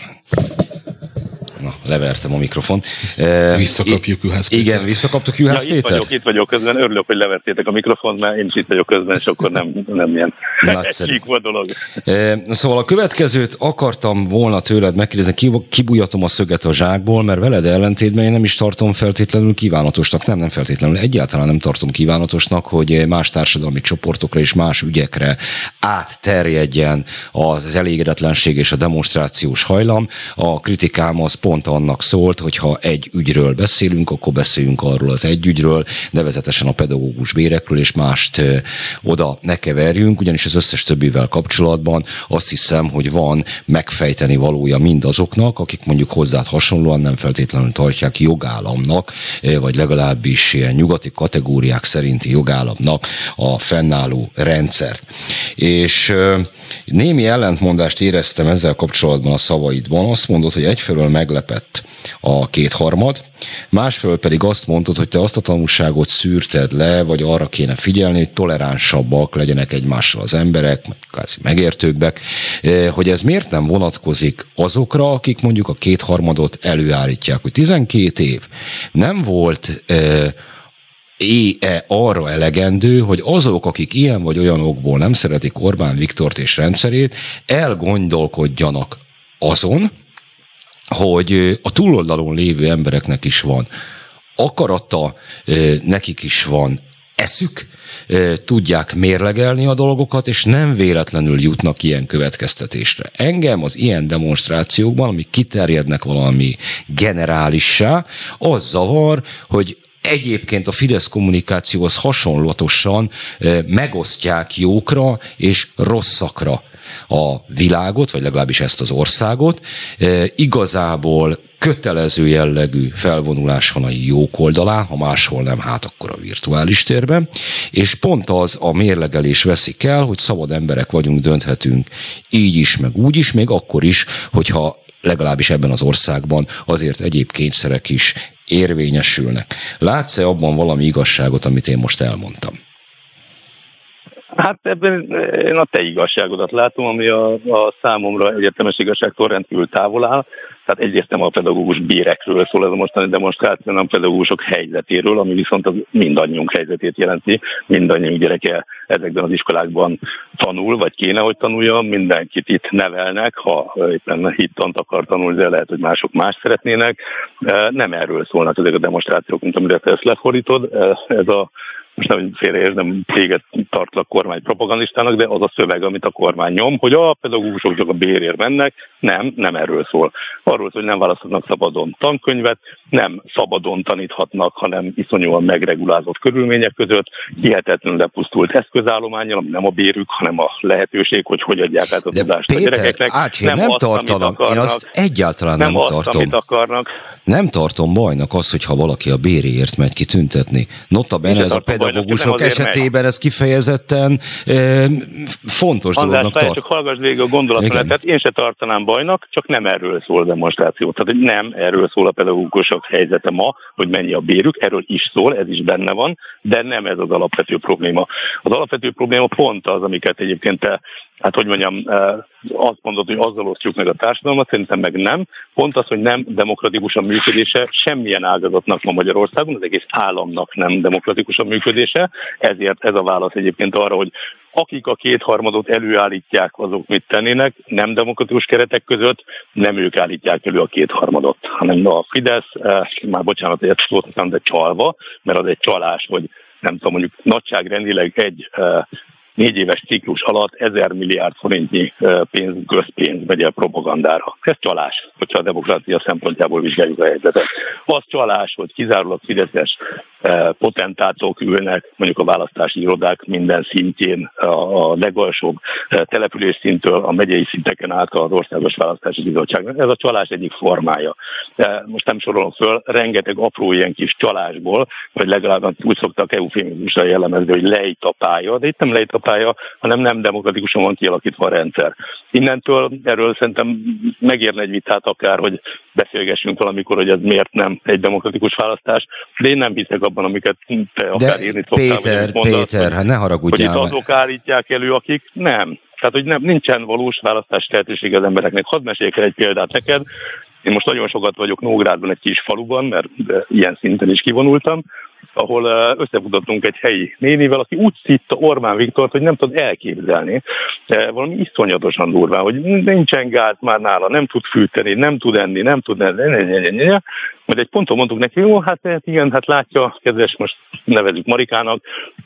Na, levertem a mikrofont. Visszakapjuk Juhász Pétert. Igen, visszakaptuk Juhász ja, Pétert? Itt vagyok, itt vagyok közben. Örülök, hogy levertétek a mikrofont, mert én is itt vagyok közben, és akkor nem, nem ilyen csíkva dolog. Szóval a következőt akartam volna tőled megkérdezni, kibújjatom a szöget a zsákból, mert veled ellentétben én nem is tartom feltétlenül kívánatosnak, nem, nem feltétlenül, egyáltalán nem tartom kívánatosnak, hogy más társadalmi csoportokra és más ügyekre átterjedjen az elégedetlenség és a demonstrációs hajlam. A kritikám az pont annak szólt, hogy ha egy ügyről beszélünk, akkor beszéljünk arról az egy ügyről, nevezetesen a pedagógus bérekről, és mást ö, oda ne keverjünk, ugyanis az összes többivel kapcsolatban azt hiszem, hogy van megfejteni valója mindazoknak, akik mondjuk hozzád hasonlóan nem feltétlenül tartják jogállamnak, vagy legalábbis ilyen nyugati kategóriák szerinti jogállamnak a fennálló rendszer. És ö, némi ellentmondást éreztem ezzel kapcsolatban a szavaidban. Azt mondod, hogy egyfelől meglepett a kétharmad, másfelől pedig azt mondod, hogy te azt a tanulságot szűrted le, vagy arra kéne figyelni, hogy toleránsabbak legyenek egymással az emberek, kvázi megértőbbek, hogy ez miért nem vonatkozik azokra, akik mondjuk a kétharmadot előállítják, hogy tizenkét év nem volt é-e arra elegendő, hogy azok, akik ilyen vagy olyan okból nem szeretik Orbán Viktort és rendszerét, elgondolkodjanak azon, hogy a túloldalon lévő embereknek is van akarata, nekik is van eszük, tudják mérlegelni a dolgokat, és nem véletlenül jutnak ilyen következtetésre. Engem az ilyen demonstrációkban, amik kiterjednek valami generálissá, az zavar, hogy egyébként a Fidesz kommunikációhoz hasonlatosan megosztják jókra és rosszakra a világot, vagy legalábbis ezt az országot. Igazából kötelező jellegű felvonulás van a jók oldalán, ha máshol nem, hát akkor a virtuális térben, és pont az a mérlegelés veszik el, hogy szabad emberek vagyunk, dönthetünk így is, meg úgy is, még akkor is, hogyha legalábbis ebben az országban azért egyéb kényszerek is érvényesülnek. Látsz-e abban valami igazságot, amit én most elmondtam? Hát ebben én a te igazságodat látom, ami a, a számomra egyetemes igazságtól rendkívül távol áll. Tehát egyrészt nem a pedagógus bérekről szól ez a mostani demonstráció, hanem a pedagógusok helyzetéről, ami viszont az mindannyiunk helyzetét jelenti. Mindannyiunk gyereke ezekben az iskolákban tanul, vagy kéne, hogy tanulja. Mindenkit itt nevelnek, ha éppen hittant akar tanulni, de lehet, hogy mások más szeretnének. Nem erről szólnak ezek a demonstrációk, mint amire te ezt lefordítod. Ez a most nem félreértsd, nem téged tartlak kormány propagandistának, de az a szöveg, amit a kormány nyom, hogy a pedagógusok csak a bérért mennek, nem, nem erről szól. Arról szól, hogy nem választhatnak szabadon tankönyvet, nem szabadon taníthatnak, hanem iszonyúan megregulázott körülmények között, hihetetlenül lepusztult eszközállománnyal, ami nem a bérük, hanem a lehetőség, hogy hogy adják át a de tudást Péter, a gyerekeknek. Ács, én nem, nem azt, tartalom, akarnak, én azt egyáltalán nem, nem azt, tartom. Amit akarnak. Nem tartom bajnak az, hogyha valaki a béréért megy ki tüntetni. Notabene ez a pedagógusok esetében ez kifejezetten e, fontos András, dolognak tart. Csak hallgass végig a gondolatomat, tehát én se tartanám bajnak, csak nem erről szól a demonstráció. Tehát hogy nem erről szól a pedagógusok helyzete ma, hogy mennyi a bérük, erről is szól, ez is benne van, de nem ez az alapvető probléma. Az alapvető probléma pont az, amiket egyébként te hát hogy mondjam, azt mondod, hogy azzal osztjuk meg a társadalmat, szerintem meg nem. Pont az, hogy nem demokratikusan működése semmilyen ágazatnak ma Magyarországon, az egész államnak nem demokratikusan működése, ezért ez a válasz egyébként arra, hogy akik a kétharmadot előállítják, azok mit tennének, nem demokratikus keretek között, nem ők állítják elő a kétharmadot, hanem a Fidesz, már bocsánat, hogy ezt szót de csalva, mert az egy csalás, hogy nem tudom, mondjuk nagyságrendileg egy négy éves ciklus alatt ezer milliárd forintnyi pénz, közpénz megy el propagandára. Ez csalás, hogyha a demokrácia szempontjából vizsgáljuk a helyzetet. Az csalás, hogy kizárólag fideszes potentátok ülnek, mondjuk a választási irodák minden szintjén, a legalsóbb település szintől a megyei szinteken át az Országos Választási Bizottságnak. Ez a csalás egyik formája. Most nem sorolom föl, rengeteg apró ilyen kis csalásból, vagy legalább úgy szoktak eufémizmusra jellemezni, hogy lejt a pálya, de itt nem lejt a pálya, hanem nem demokratikusan van kialakítva a rendszer. Innentől erről szerintem megérne egy vitát akár, hogy beszélgessünk valamikor, hogy ez miért nem egy demokratikus választás, de én nem hiszek abban, amiket te akár írni szoktál. Péter, Péter, hát ne haragudjál. Hogy itt azok állítják elő, akik nem. Tehát, hogy nem, nincsen valós választási lehetőség az embereknek. Hadd meséljek el egy példát neked. Én most nagyon sokat vagyok Nógrádban, egy kis faluban, mert ilyen szinten is kivonultam, ahol összefutottunk egy helyi nénivel, aki úgy szitta Orbán Viktort, hogy nem tud elképzelni. Valami iszonyatosan durván, hogy nincsen gáz már nála, nem tud fűteni, nem tud enni, nem tud enni. Majd egy ponton mondtuk neki, jó, hát igen, hát látja, kedves, most nevezzük Marikának,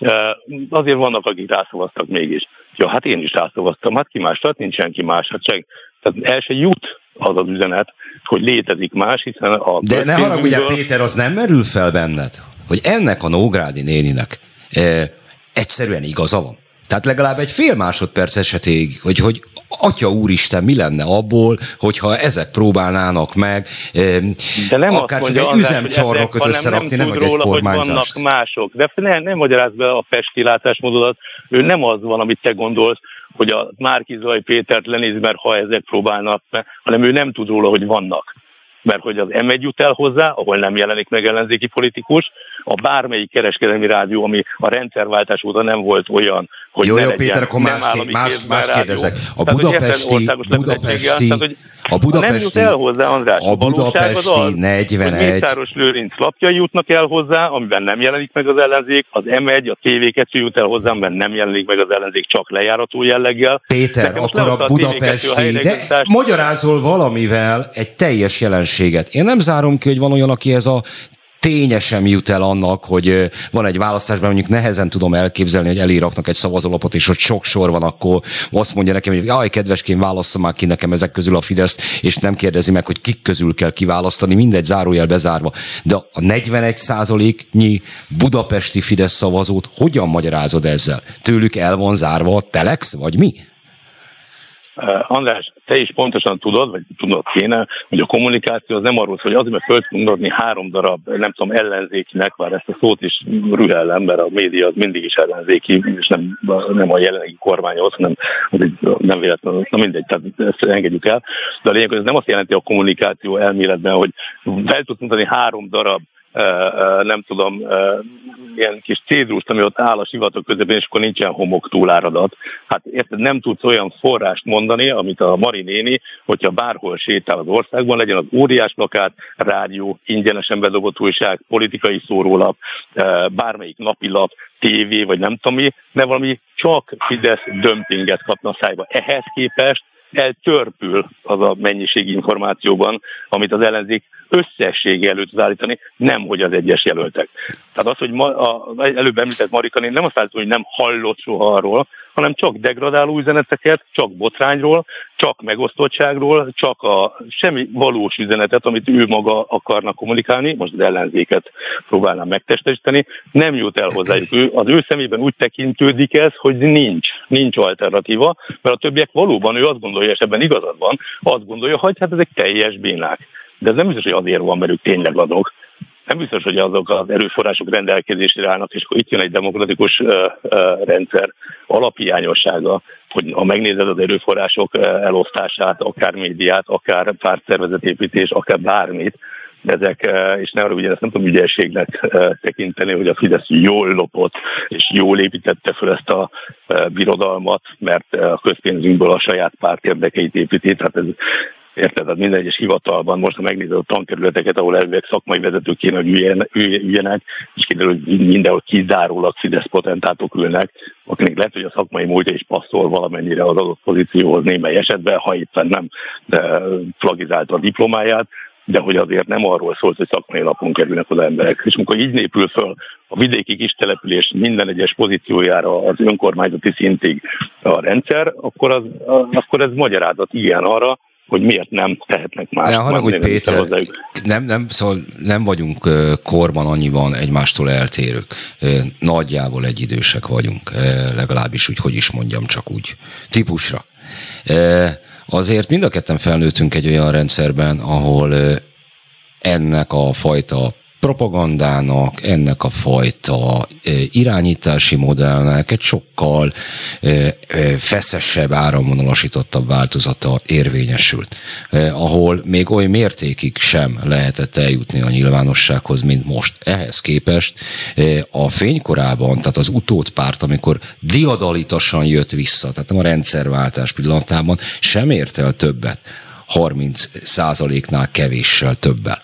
azért vannak, akik rászavaztak mégis. Ja, hát én is rászavaztam, hát ki más, tehát nincs senki más, hát senki. Tehát el se jut az az üzenet, hogy létezik más, hiszen a... De ne haragudjál, Péter, az nem merül fel benned, hogy ennek a nógrádi néninek e, egyszerűen igaza van. Tehát legalább egy fél másodperc esetéig, hogy, hogy atya úristen, mi lenne abból, hogyha ezek próbálnának meg de nem akár csak mondja, egy üzemcsarnokot összerakni, nem, nem meg egy kormányzást. Vannak mások, de nem, nem magyarázz be a pesti látásmódodat, ő nem az van, amit te gondolsz, hogy a Márki-Zay Pétert lenéz, mert ha ezek próbálnak, hanem ő nem tud róla, hogy vannak. Mert hogy az em egy jut el hozzá, ahol nem jelenik meg ellenzéki politikus, a bármelyik kereskedelmi rádió, ami a rendszerváltás óta nem volt olyan, hogy jó, ne jó, legyen, Péter, akkor más, más, más kérdezek. A budapesti, budapesti, tehát, a budapesti, nem jut el hozzá, András. A budapesti negyvenegy. Hogy Mészáros Lőrinc lapjai jutnak el hozzá, amiben nem jelenik meg az ellenzék, az em egy, a té vé kettő jut el hozzá, amiben nem jelenik meg az ellenzék, csak lejárató jelleggel. Péter, akkor a budapesti, de magyarázol valamivel egy teljes jelenséget. Én nem zárom ki, hogy van olyan, aki ez a tényesen jut el annak, hogy van egy választásban, mondjuk nehezen tudom elképzelni, hogy eléraknak egy szavazólapot, és ott sok sor van, akkor azt mondja nekem, hogy jaj, kedveském, válassza már ki nekem ezek közül a Fideszt, és nem kérdezi meg, hogy kik közül kell kiválasztani, mindegy, zárójel bezárva. De a negyvenegy százaléknyi budapesti Fidesz szavazót hogyan magyarázod ezzel? Tőlük el van zárva a Telex, vagy mi? András, te is pontosan tudod, vagy tudod kéne, hogy a kommunikáció az nem arról szól, hogy azért, mert föl tudunk adni három darab, nem tudom, ellenzékinek, már ezt a szót is rühellem, mert a média az mindig is ellenzéki, és nem, nem a jelenlegi kormányhoz, hanem nem véletlenül, na mindegy, tehát ezt engedjük el. De a lényeg, hogy ez nem azt jelenti a kommunikáció elméletben, hogy fel tudsz mutatni három darab nem tudom, ilyen kis cédrust, ami ott áll a sivatag közepén, és akkor nincsen homok túláradat. Hát érted, nem tudsz olyan forrást mondani, amit a Mari néni, hogyha bárhol sétál az országban, legyen az óriás plakát, rádió, ingyenesen bedobott újság, politikai szórólap, bármelyik napilap, tévé, vagy nem tudom mi, de valami csak Fidesz dömpinget kapna a szájba. Ehhez képest eltörpül az a mennyiség információban, amit az ellenzék összessége előtt tud állítani, nem hogy az egyes jelöltek. Tehát az, hogy ma, a, előbb említett Marika, én nem azt állítom, hogy nem hallott soha arról, hanem csak degradáló üzeneteket, csak botrányról, csak megosztottságról, csak a semmi valós üzenetet, amit ő maga akarna kommunikálni, most az ellenzéket próbálnám megtestesíteni, nem jut el hozzájuk. Ő, az ő szemében úgy tekintődik ez, hogy nincs, nincs alternatíva, mert a többiek valóban ő azt gondolja, és ebben igazad van, azt gondolja, hogy hát ezek teljes bénák. De ez nem biztos, hogy azért van, mert ők tényleg adok. Nem biztos, hogy azok az erőforrások rendelkezésére állnak, és akkor itt jön egy demokratikus uh, uh, rendszer alaphiányossága, hogy ha megnézed az erőforrások uh, elosztását, akár médiát, akár pártszervezetépítés, akár bármit, ezek, és ne arra, ugye ezt nem tudom ügyességnek tekinteni, hogy a Fidesz jól lopott, és jól építette fel ezt a birodalmat, mert a közpénzünkből a saját párt érdekeit építi, tehát ez érted, tehát minden egyes hivatalban, most ha megnézed a tankerületeket, ahol elvileg szakmai vezetők kéne, hogy üljenek, és kiderül, hogy mindenhol kizárólag Fidesz potentátok ülnek, akinek lehet, hogy a szakmai múltja is passzol valamennyire az adott pozícióhoz némely esetben, ha éppen nem flagizálta a diplomáját, de hogy azért nem arról szólt, hogy szakmai alapon kerülnek az emberek. És amikor így népül föl a vidéki kis település minden egyes pozíciójára az önkormányzati szintig a rendszer, akkor, az, akkor ez magyarázat ilyen arra, hogy miért nem tehetnek más. Ne haragudj, Péter, nem, nem, szóval nem vagyunk korban annyiban egymástól eltérők. Nagyjából egyidősek vagyunk, legalábbis úgy, hogy is mondjam, csak úgy típusra. Azért mind a ketten felnőttünk egy olyan rendszerben, ahol ennek a fajta propagandának, ennek a fajta irányítási modellnek egy sokkal feszesebb, áramvonalasítottabb változata érvényesült, ahol még oly mértékig sem lehetett eljutni a nyilvánossághoz, mint most. Ehhez képest a fénykorában, tehát az utódpárt, amikor diadalitasan jött vissza, tehát nem a rendszerváltás pillanatában, sem ért el többet, harminc százaléknál kevéssel többel.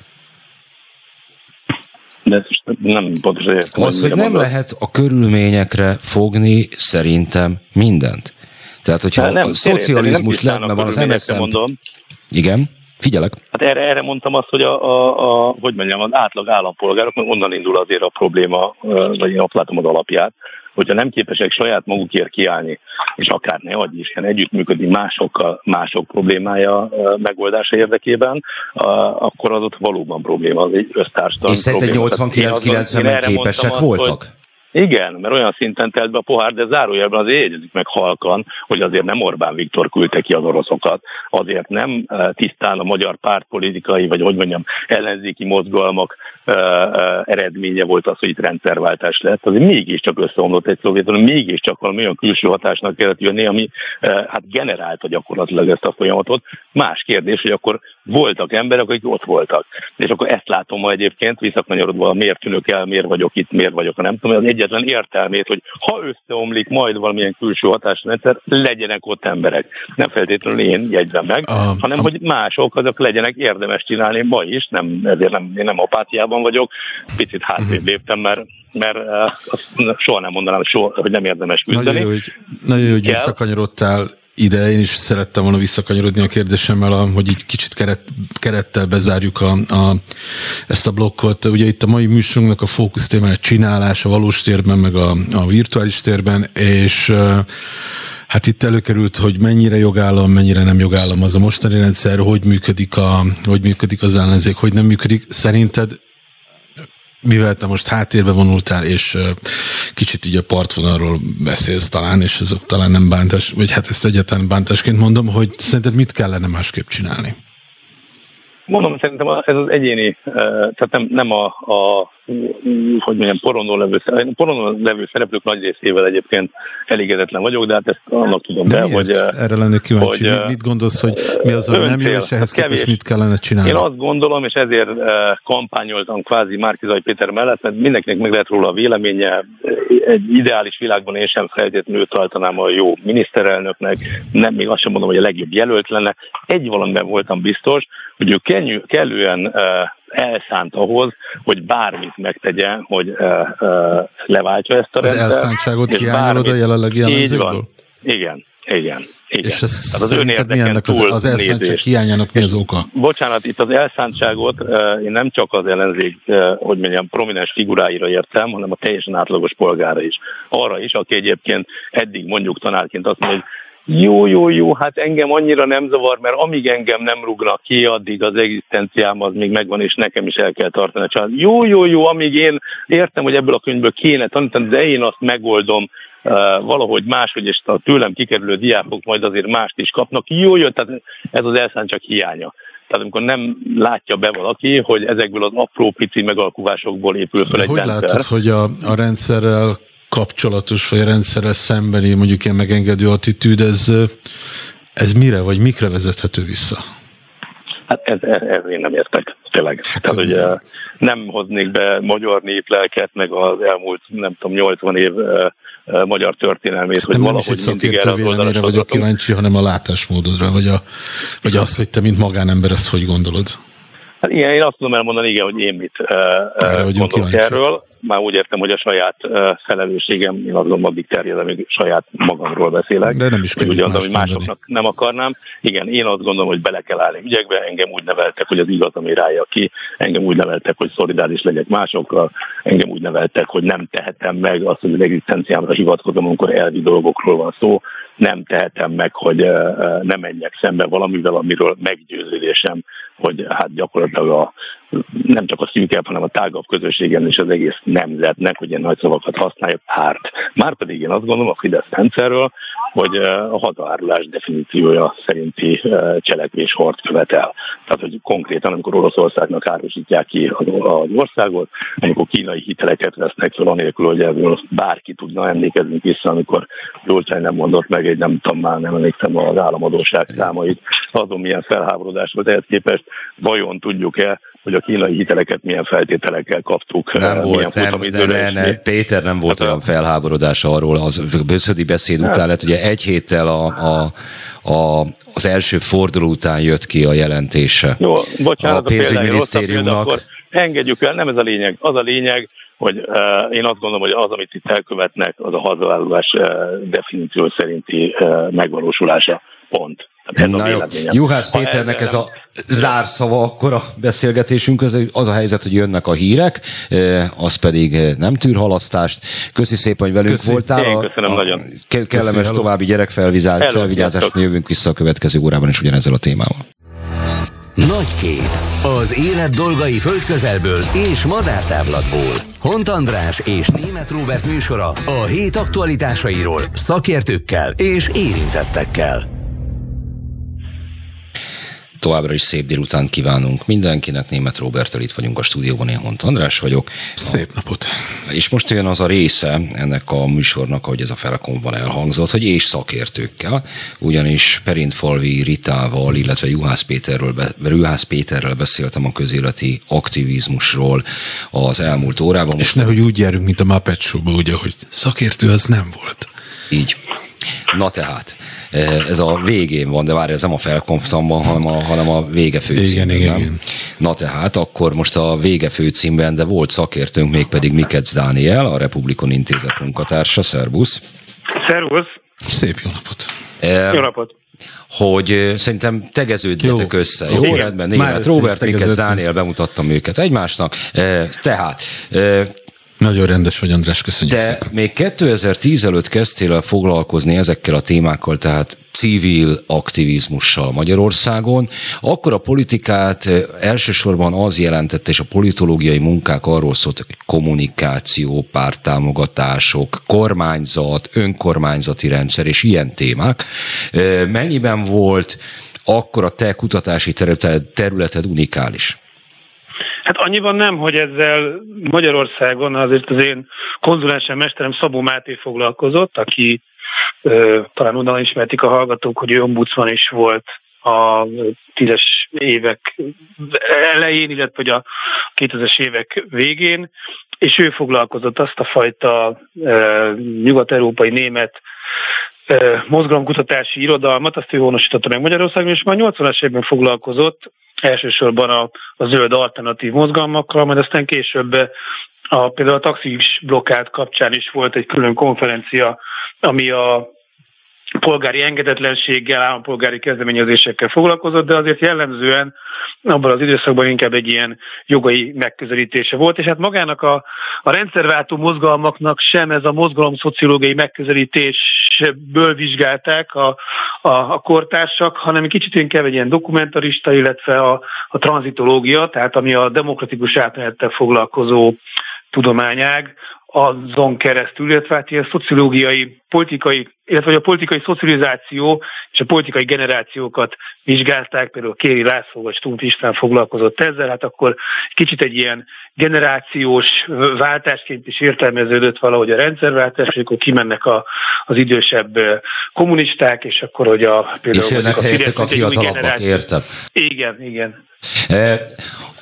De nem pontosan értem. Az, hogy nem mondod. Lehet a körülményekre fogni szerintem mindent. Tehát, hogyha nem, a szocializmus lenne, van az em es zé em pé... Igen, figyelek. Hát erre, erre mondtam azt, hogy a, a, a, hogy mondjam, az átlag állampolgárok, onnan indul azért a probléma, vagy én ott látom az alapját, hogyha nem képesek saját magukért kiállni, és akár ne adj Isten együttműködni másokkal, mások problémája megoldása érdekében, akkor az ott valóban probléma, az egy össztársadalmi probléma. És szerinted nyolcvankilenc-kilencvenben képesek azt, voltak? Hogy igen, mert olyan szinten telt be a pohár, de zárójelben azért jegyezik meg halkan, hogy azért nem Orbán Viktor küldte ki az oroszokat, azért nem tisztán a magyar pártpolitikai, vagy hogy mondjam, ellenzéki mozgalmak uh, uh, eredménye volt az, hogy itt rendszerváltás lett. Azért mégiscsak összeomlott egy Szovjetunió, mégiscsak valami olyan külső hatásnak kellett jönni, ami uh, hát generálta gyakorlatilag ezt a folyamatot. Más kérdés, hogy akkor voltak emberek, akik ott voltak. És akkor ezt látom ma egyébként, visszakanyarodva, miért tűnök el, miért vagyok itt, miért vagyok, nem tudom, az egyetlen értelmét, hogy ha összeomlik majd valamilyen külső hatásrendszer, legyenek ott emberek. Nem feltétlenül én jegyzem meg, a, hanem a... hogy mások azok legyenek, érdemes csinálni ma is, nem, ezért nem, én nem apátiában vagyok, picit hátrébb léptem, mert mert uh, soha nem mondanám, soha, hogy nem érdemes küzdeni. Nagyon jó, hogy, nagyon jó, hogy visszakanyarodtál ide, én is szerettem volna visszakanyarodni a kérdésemmel, hogy így kicsit keret, kerettel bezárjuk a, a, ezt a blokkot. Ugye itt a mai műsorunknak a fókusz témája csinálás a valós térben, meg a, a virtuális térben, és hát itt előkerült, hogy mennyire jogállam, mennyire nem jogállam az a mostani rendszer, hogy működik, a, hogy működik az ellenzék, hogy nem működik. Szerinted, mivel te most háttérbe vonultál, és kicsit így a partvonalról beszélsz talán, és ez talán nem bántás, vagy hát ezt egyáltalán bántásként mondom, hogy szerinted mit kellene másképp csinálni? Mondom, szerintem ez az egyéni, tehát nem, nem a, a hogy mondjam, poronon levő, poronon levő szereplők nagy részével egyébként elégedetlen vagyok, de hát ezt annak tudom de be, miért? hogy... Erre lennék kíváncsi. Hogy, mit gondolsz, hogy mi az, hogy nem jó, és ehhez képest mit kellene csinálni? Én azt gondolom, és ezért kampányoltam kvázi Márki-Zay Péter mellett, mert mindenkinek meg lehet róla a véleménye. Egy ideális világban én sem feltétlenül tartanám a jó miniszterelnöknek, nem, még azt sem mondom, hogy a legjobb jelölt lenne. Egy valamiben voltam biztos, hogy ő kellően elszánt ahhoz, hogy bármit megtegyen, hogy uh, uh, leváltsa ezt a az rendszert. Az elszántságot hiányolod a jelenlegi ellenzékből? Igen, igen. Igen. És ez szerinted mi ennek az, az elszántság hiányának mi az oka? Bocsánat, itt az elszántságot uh, én nem csak az ellenzék, uh, hogy mondjam, prominens figuráira értem, hanem a teljesen átlagos polgára is. Arra is, aki egyébként eddig mondjuk tanárként azt mondja, hogy Jó, jó, jó, hát engem annyira nem zavar, mert amíg engem nem rúgnak ki, addig az egzisztenciám az még megvan, és nekem is el kell tartani a család. Jó, jó, jó, amíg én értem, hogy ebből a könyvből kéne tanítani, de én azt megoldom uh, valahogy máshogy, és a tőlem kikerülő diákok majd azért mást is kapnak. Jó, jó, tehát ez az elszántság hiánya. Tehát amikor nem látja be valaki, hogy ezekből az apró pici megalkuvásokból épül fel egy hogy rendszer. Hogy látod, hogy a, a rendszerrel kapcsolatos, vagy rendszerrel szembeni, mondjuk ilyen megengedő attitűd, ez, ez mire, vagy mikre vezethető vissza? Hát ez, ez, ez én nem értek. tényleg. Hát, Tehát, hogy nem hoznék be magyar néplelket, meg az elmúlt, nem tudom, nyolcvan év magyar történelmét, hát hogy nem valahogy is mindig erre az véleményre vagyok kíváncsi, hanem a látásmódodra, vagy, a, vagy az, hogy te, mint magánember, ezt hogy gondolod? Hát igen, én azt tudom elmondani, igen, hogy én mit uh, gondolok erről. Már úgy értem, hogy a saját uh, felelősségem, én azt gondolom, addig terjed, amíg saját magamról beszélek. De nem is könnyű ugyan, más hogy másoknak mondani. Nem akarnám. Igen, én azt gondolom, hogy bele kell állni ügyekbe. Engem úgy neveltek, hogy az igaz, ami rája ki. Engem úgy neveltek, hogy szolidáris legyek másokkal. Engem úgy neveltek, hogy nem tehetem meg azt, hogy az egzisztenciámra hivatkozom, amikor elvi dolgokról van szó. Nem tehetem meg, hogy uh, ne menjek szembe valamivel, amiről meggyőződésem, hogy hát gyakorlatilag a, nem csak a szűkebb, hanem a tágabb közösségen és az egész nemzetnek, hogy ilyen nagy szavakat használja, árt. Márpedig én azt gondolom a Fidesz rendszerről, hogy a hazaárulás definíciója szerinti cselekvés hort követel. Tehát, hogy konkrétan, amikor Oroszországnak árusítják ki az országot, amikor kínai hiteleket vesznek fel, anélkül, hogy ebből bárki tudna, emlékezni vissza, amikor Gyurcsány nem mondott meg egy, nem tudom már, nem emlékszem az államadósság számait, azon milyen felháborodás volt ehhez képest, vajon tudjuk-e, hogy a kínai hiteleket milyen feltételekkel kaptuk. Nem volt, nem, de ne, ne, Péter nem volt hát olyan a... felháborodás arról, az böszödi beszéd hát. után lett, ugye egy héttel a, a, a, az első forduló után jött ki a jelentése. Jó, bocsánat, a pénzügyminisztériumnak. Akkor engedjük el, nem ez a lényeg. Az a lényeg, hogy uh, én azt gondolom, hogy az, amit itt elkövetnek, az a hazaárulás uh, definíció szerinti uh, megvalósulása. Pont. Na jó. Juhász Péternek ez a zárszava akkor a beszélgetésünk, az a helyzet, hogy jönnek a hírek, az pedig nem tűr halasztást. Köszi szépen, hogy velünk Köszi. voltál. Én köszönöm a, nagyon. Kellemes Köszi, további gyerekfelvigyázást, jövünk vissza a következő órában is ugyanezzel a témával. Nagy kép. Az élet dolgai földközelből és madártávlatból. Hont András és Németh Róbert műsora a hét aktualitásairól szakértőkkel és érintettekkel. Továbbra is szép délután kívánunk mindenkinek. Németh Róberttel itt vagyunk a stúdióban, én Hont András vagyok. Szép napot! És most jön az a része ennek a műsornak, ahogy ez a Felkomban elhangzott, hogy és szakértőkkel, ugyanis Perintfalvi Ritával, illetve Juhász Péterről, Juhász Péterrel beszéltem a közéleti aktivizmusról az elmúlt órában. És nehogy úgy járunk, mint a Muppet Show-ba, ugye, hogy szakértő az nem volt. Így. Na tehát, ez a végén van, de várj, ez nem a Felkomszamban, hanem a, hanem a Vége főcímben. Igen, igen. Na tehát, akkor most a Vége főcímben, de volt szakértőnk, mégpedig Mikec Dániel, a Republikon Intézet munkatársa. Szervusz! Szervusz! Szép jó napot! E, jó napot! Hogy szerintem tegeződjetek jó. össze. Jó, okay. Rendben, Németh Róbert, Mikec Dániel, bemutattam őket egymásnak. E, tehát... E, Nagyon rendes vagy, András, köszönjük De szépen. még kétezer-tíz előtt kezdtél el foglalkozni ezekkel a témákkal, tehát civil aktivizmussal Magyarországon, akkor a politikát elsősorban az jelentette, és a politológiai munkák arról szóltak, hogy kommunikáció, párttámogatások, kormányzat, önkormányzati rendszer és ilyen témák. Mennyiben volt akkor a te kutatási területed unikális? Hát annyiban nem, hogy ezzel Magyarországon azért az én konzulensem, mesterem Szabó Máté foglalkozott, aki ö, talán onnan ismertik a hallgatók, hogy ő ombudsman is volt a tízes évek elején, illetve a kétezres évek végén, és ő foglalkozott azt a fajta ö, nyugat-európai német ö, mozgalomkutatási irodalmat, azt ő honosította meg Magyarországon, és már nyolcvanas években foglalkozott elsősorban a, a zöld alternatív mozgalmakkal, majd aztán később a, például a taxis blokkád kapcsán is volt egy külön konferencia, ami a polgári engedetlenséggel, állampolgári kezdeményezésekkel foglalkozott, de azért jellemzően abban az időszakban inkább egy ilyen jogai megközelítése volt, és hát magának a, a rendszerváltó mozgalmaknak sem ez a mozgalomszociológiai megközelítésből vizsgálták a, a, a kortársak, hanem egy kicsit inkább egy ilyen dokumentarista, illetve a, a tranzitológia, tehát ami a demokratikus átmenettel foglalkozó tudományág, azon keresztül, illetve hát ilyen szociológiai, politikai, illetve a politikai szocializáció és a politikai generációkat vizsgálták, például Kéri László vagy Stumpf István foglalkozott ezzel, hát akkor kicsit egy ilyen generációs váltásként is értelmeződött valahogy a rendszerváltás, hogy akkor kimennek a, az idősebb kommunisták, és akkor, hogy a például... És jönnek helyettek a fiatalabbak, értem. Igen, igen. E-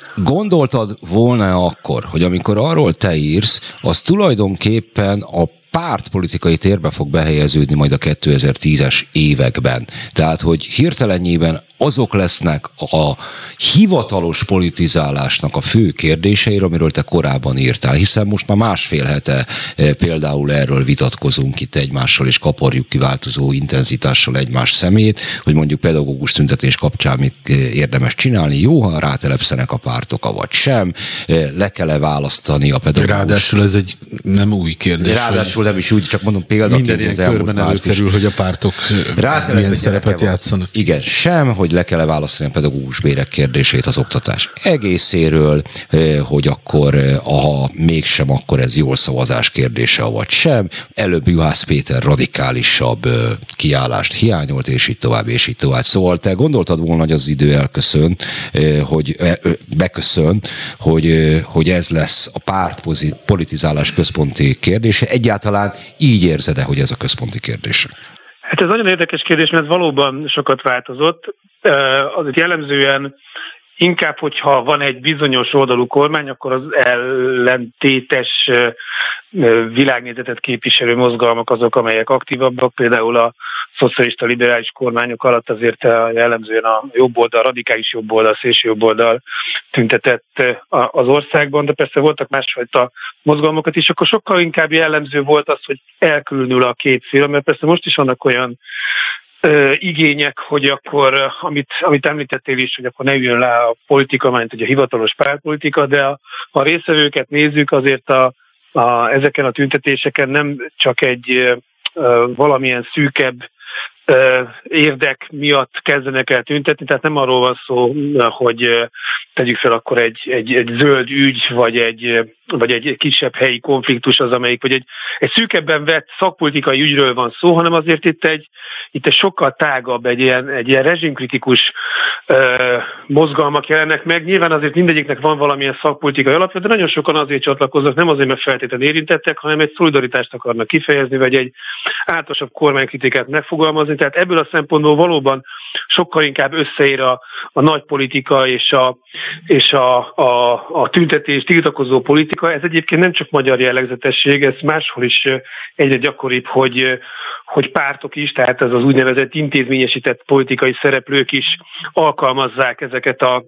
Gondoltad volna akkor, hogy amikor arról te írsz, az tulajdonképpen a pártpolitikai térbe fog behelyeződni majd a kétezer-tízes években. Tehát, hogy hirtelennyében azok lesznek a hivatalos politizálásnak a fő kérdéseire, amiről te korábban írtál, hiszen most már másfél hete például erről vitatkozunk itt egymással, és kaparjuk ki változó intenzitással egymás szemét, hogy mondjuk pedagógus tüntetés kapcsán mit érdemes csinálni, jó, ha rátelepszenek a pártok, vagy sem, le kell-e választani a pedagógus. Ráadásul ez egy nem új kérdés. Ráadásul nem is úgy, csak mondom példaként. Minden ilyen körben előkerül, hogy a pártok milyen szerepet játszanak. Igen, sem, hogy le kell választani a pedagógus bérek kérdését az oktatás egészéről, hogy akkor, ha mégsem, akkor ez jól szavazás kérdése, vagy sem. Előbb Juhász Péter radikálisabb kiállást hiányolt, és így tovább, és így tovább. Szóval te gondoltad volna, hogy az idő elköszön, hogy beköszön, hogy, hogy ez lesz a párt politizálás központi kérdése. Egyáltalán így érzed-e, hogy ez a központi kérdés? Hát ez nagyon érdekes kérdés, mert valóban sokat változott. Azért jellemzően inkább, hogyha van egy bizonyos oldalú kormány, akkor az ellentétes világnézetet képviselő mozgalmak azok, amelyek aktívabbak. Például a szocialista liberális kormányok alatt azért jellemzően a jobb oldal, radikális jobb oldal, szélső jobb oldal tüntetett az országban, de persze voltak másfajta mozgalmakat is, akkor sokkal inkább jellemző volt az, hogy elkülönül a két fél, mert persze most is vannak olyan Ö, igények, hogy akkor, amit, amit említettél is, hogy akkor ne üljön le a politika, mint hogy a hivatalos pártpolitika, de a, a részvevőket nézzük, azért a, a, ezeken a tüntetéseken nem csak egy ö, valamilyen szűkebb ö, érdek miatt kezdenek el tüntetni, tehát nem arról van szó, hogy tegyük fel akkor egy, egy, egy zöld ügy, vagy egy, vagy egy kisebb helyi konfliktus az, amelyik, vagy egy, egy szűkebben vett szakpolitikai ügyről van szó, hanem azért itt egy, itt egy sokkal tágabb, egy ilyen, egy ilyen rezsimkritikus ö, mozgalmak jelennek meg. Nyilván azért mindegyiknek van valamilyen szakpolitikai alapja, de nagyon sokan azért csatlakoznak, nem azért, mert feltétlenül érintettek, hanem egy szolidaritást akarnak kifejezni, vagy egy általánosabb kormánykritikát megfogalmazni. Tehát ebből a szempontból valóban sokkal inkább összeér a, a nagy politika és a, és a, a, a tüntetés, tiltakozó politika. Ez egyébként nem csak magyar jellegzetesség, ez máshol is egyre gyakoribb, hogy, hogy pártok is, tehát ez az úgynevezett intézményesített politikai szereplők is alkalmazzák ezeket a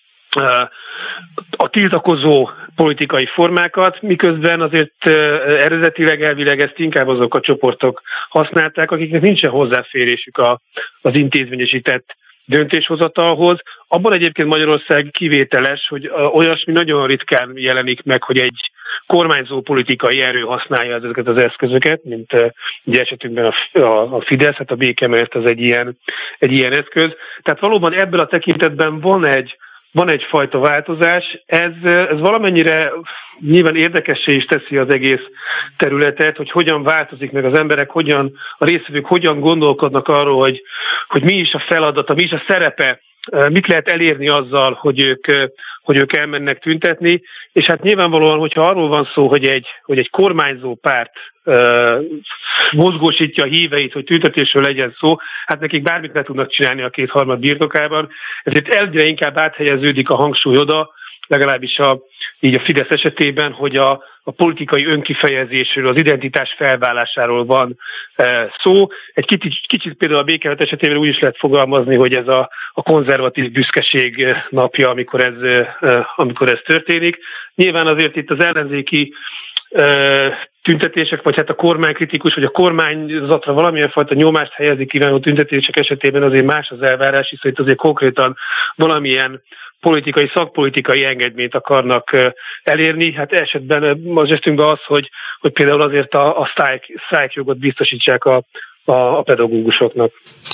a tiltakozó politikai formákat, miközben azért eredetileg elvileg ezt inkább azok a csoportok használták, akiknek nincsen hozzáférésük a, az intézményesített döntéshozatalhoz. Abban egyébként Magyarország kivételes, hogy olyasmi nagyon ritkán jelenik meg, hogy egy kormányzó politikai erő használja ezeket az eszközöket, mint ugye esetünkben a, a, a Fidesz, hát a békemért az egy ilyen, egy ilyen eszköz. Tehát valóban ebből a tekintetben van egy Van egyfajta változás, ez, ez valamennyire nyilván érdekessé is teszi az egész területet, hogy hogyan változik meg az emberek, hogyan, a résztvevők hogyan gondolkodnak arról, hogy, hogy mi is a feladata, mi is a szerepe, mit lehet elérni azzal, hogy ők, hogy ők elmennek tüntetni, és hát nyilvánvalóan, hogyha arról van szó, hogy egy, hogy egy kormányzó párt uh, mozgósítja a híveit, hogy tüntetésről legyen szó, hát nekik bármit le tudnak csinálni a kétharmad birtokában, ezért egyre inkább áthelyeződik a hangsúly oda, legalábbis a, így a Fidesz esetében, hogy a, a politikai önkifejezésről, az identitás felvállásáról van e, szó. Egy kicsit, kicsit például a békemet esetében úgy is lehet fogalmazni, hogy ez a, a konzervatív büszkeség napja, amikor ez, e, amikor ez történik. Nyilván azért itt az ellenzéki e, tüntetések, vagy hát a kormánykritikus, vagy a kormányzatra valamilyen fajta nyomást helyezik kívánó tüntetések esetében azért más az elvárás, hiszen itt azért konkrétan valamilyen politikai, szakpolitikai engedményt akarnak elérni. Hát esetben az esetünkben az, hogy, hogy például azért a, a sztrájk, sztrájkjogot biztosítsák a, a, a pedagógusoknak.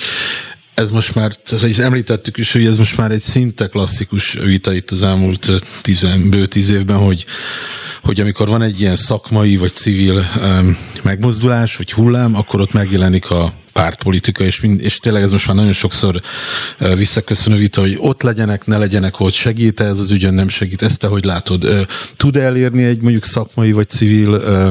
Ez most már, tehát említettük is, hogy ez most már egy szinte klasszikus vita itt az elmúlt tizen, bő tíz évben, hogy, hogy amikor van egy ilyen szakmai vagy civil um, megmozdulás, vagy hullám, akkor ott megjelenik a pártpolitika, és, mind, és tényleg ez most már nagyon sokszor uh, visszaköszönő vita, hogy ott legyenek, ne legyenek ott, segít ez az ügyön, nem segít. Ezt te hogy látod? Uh, tud elérni egy mondjuk szakmai vagy civil uh,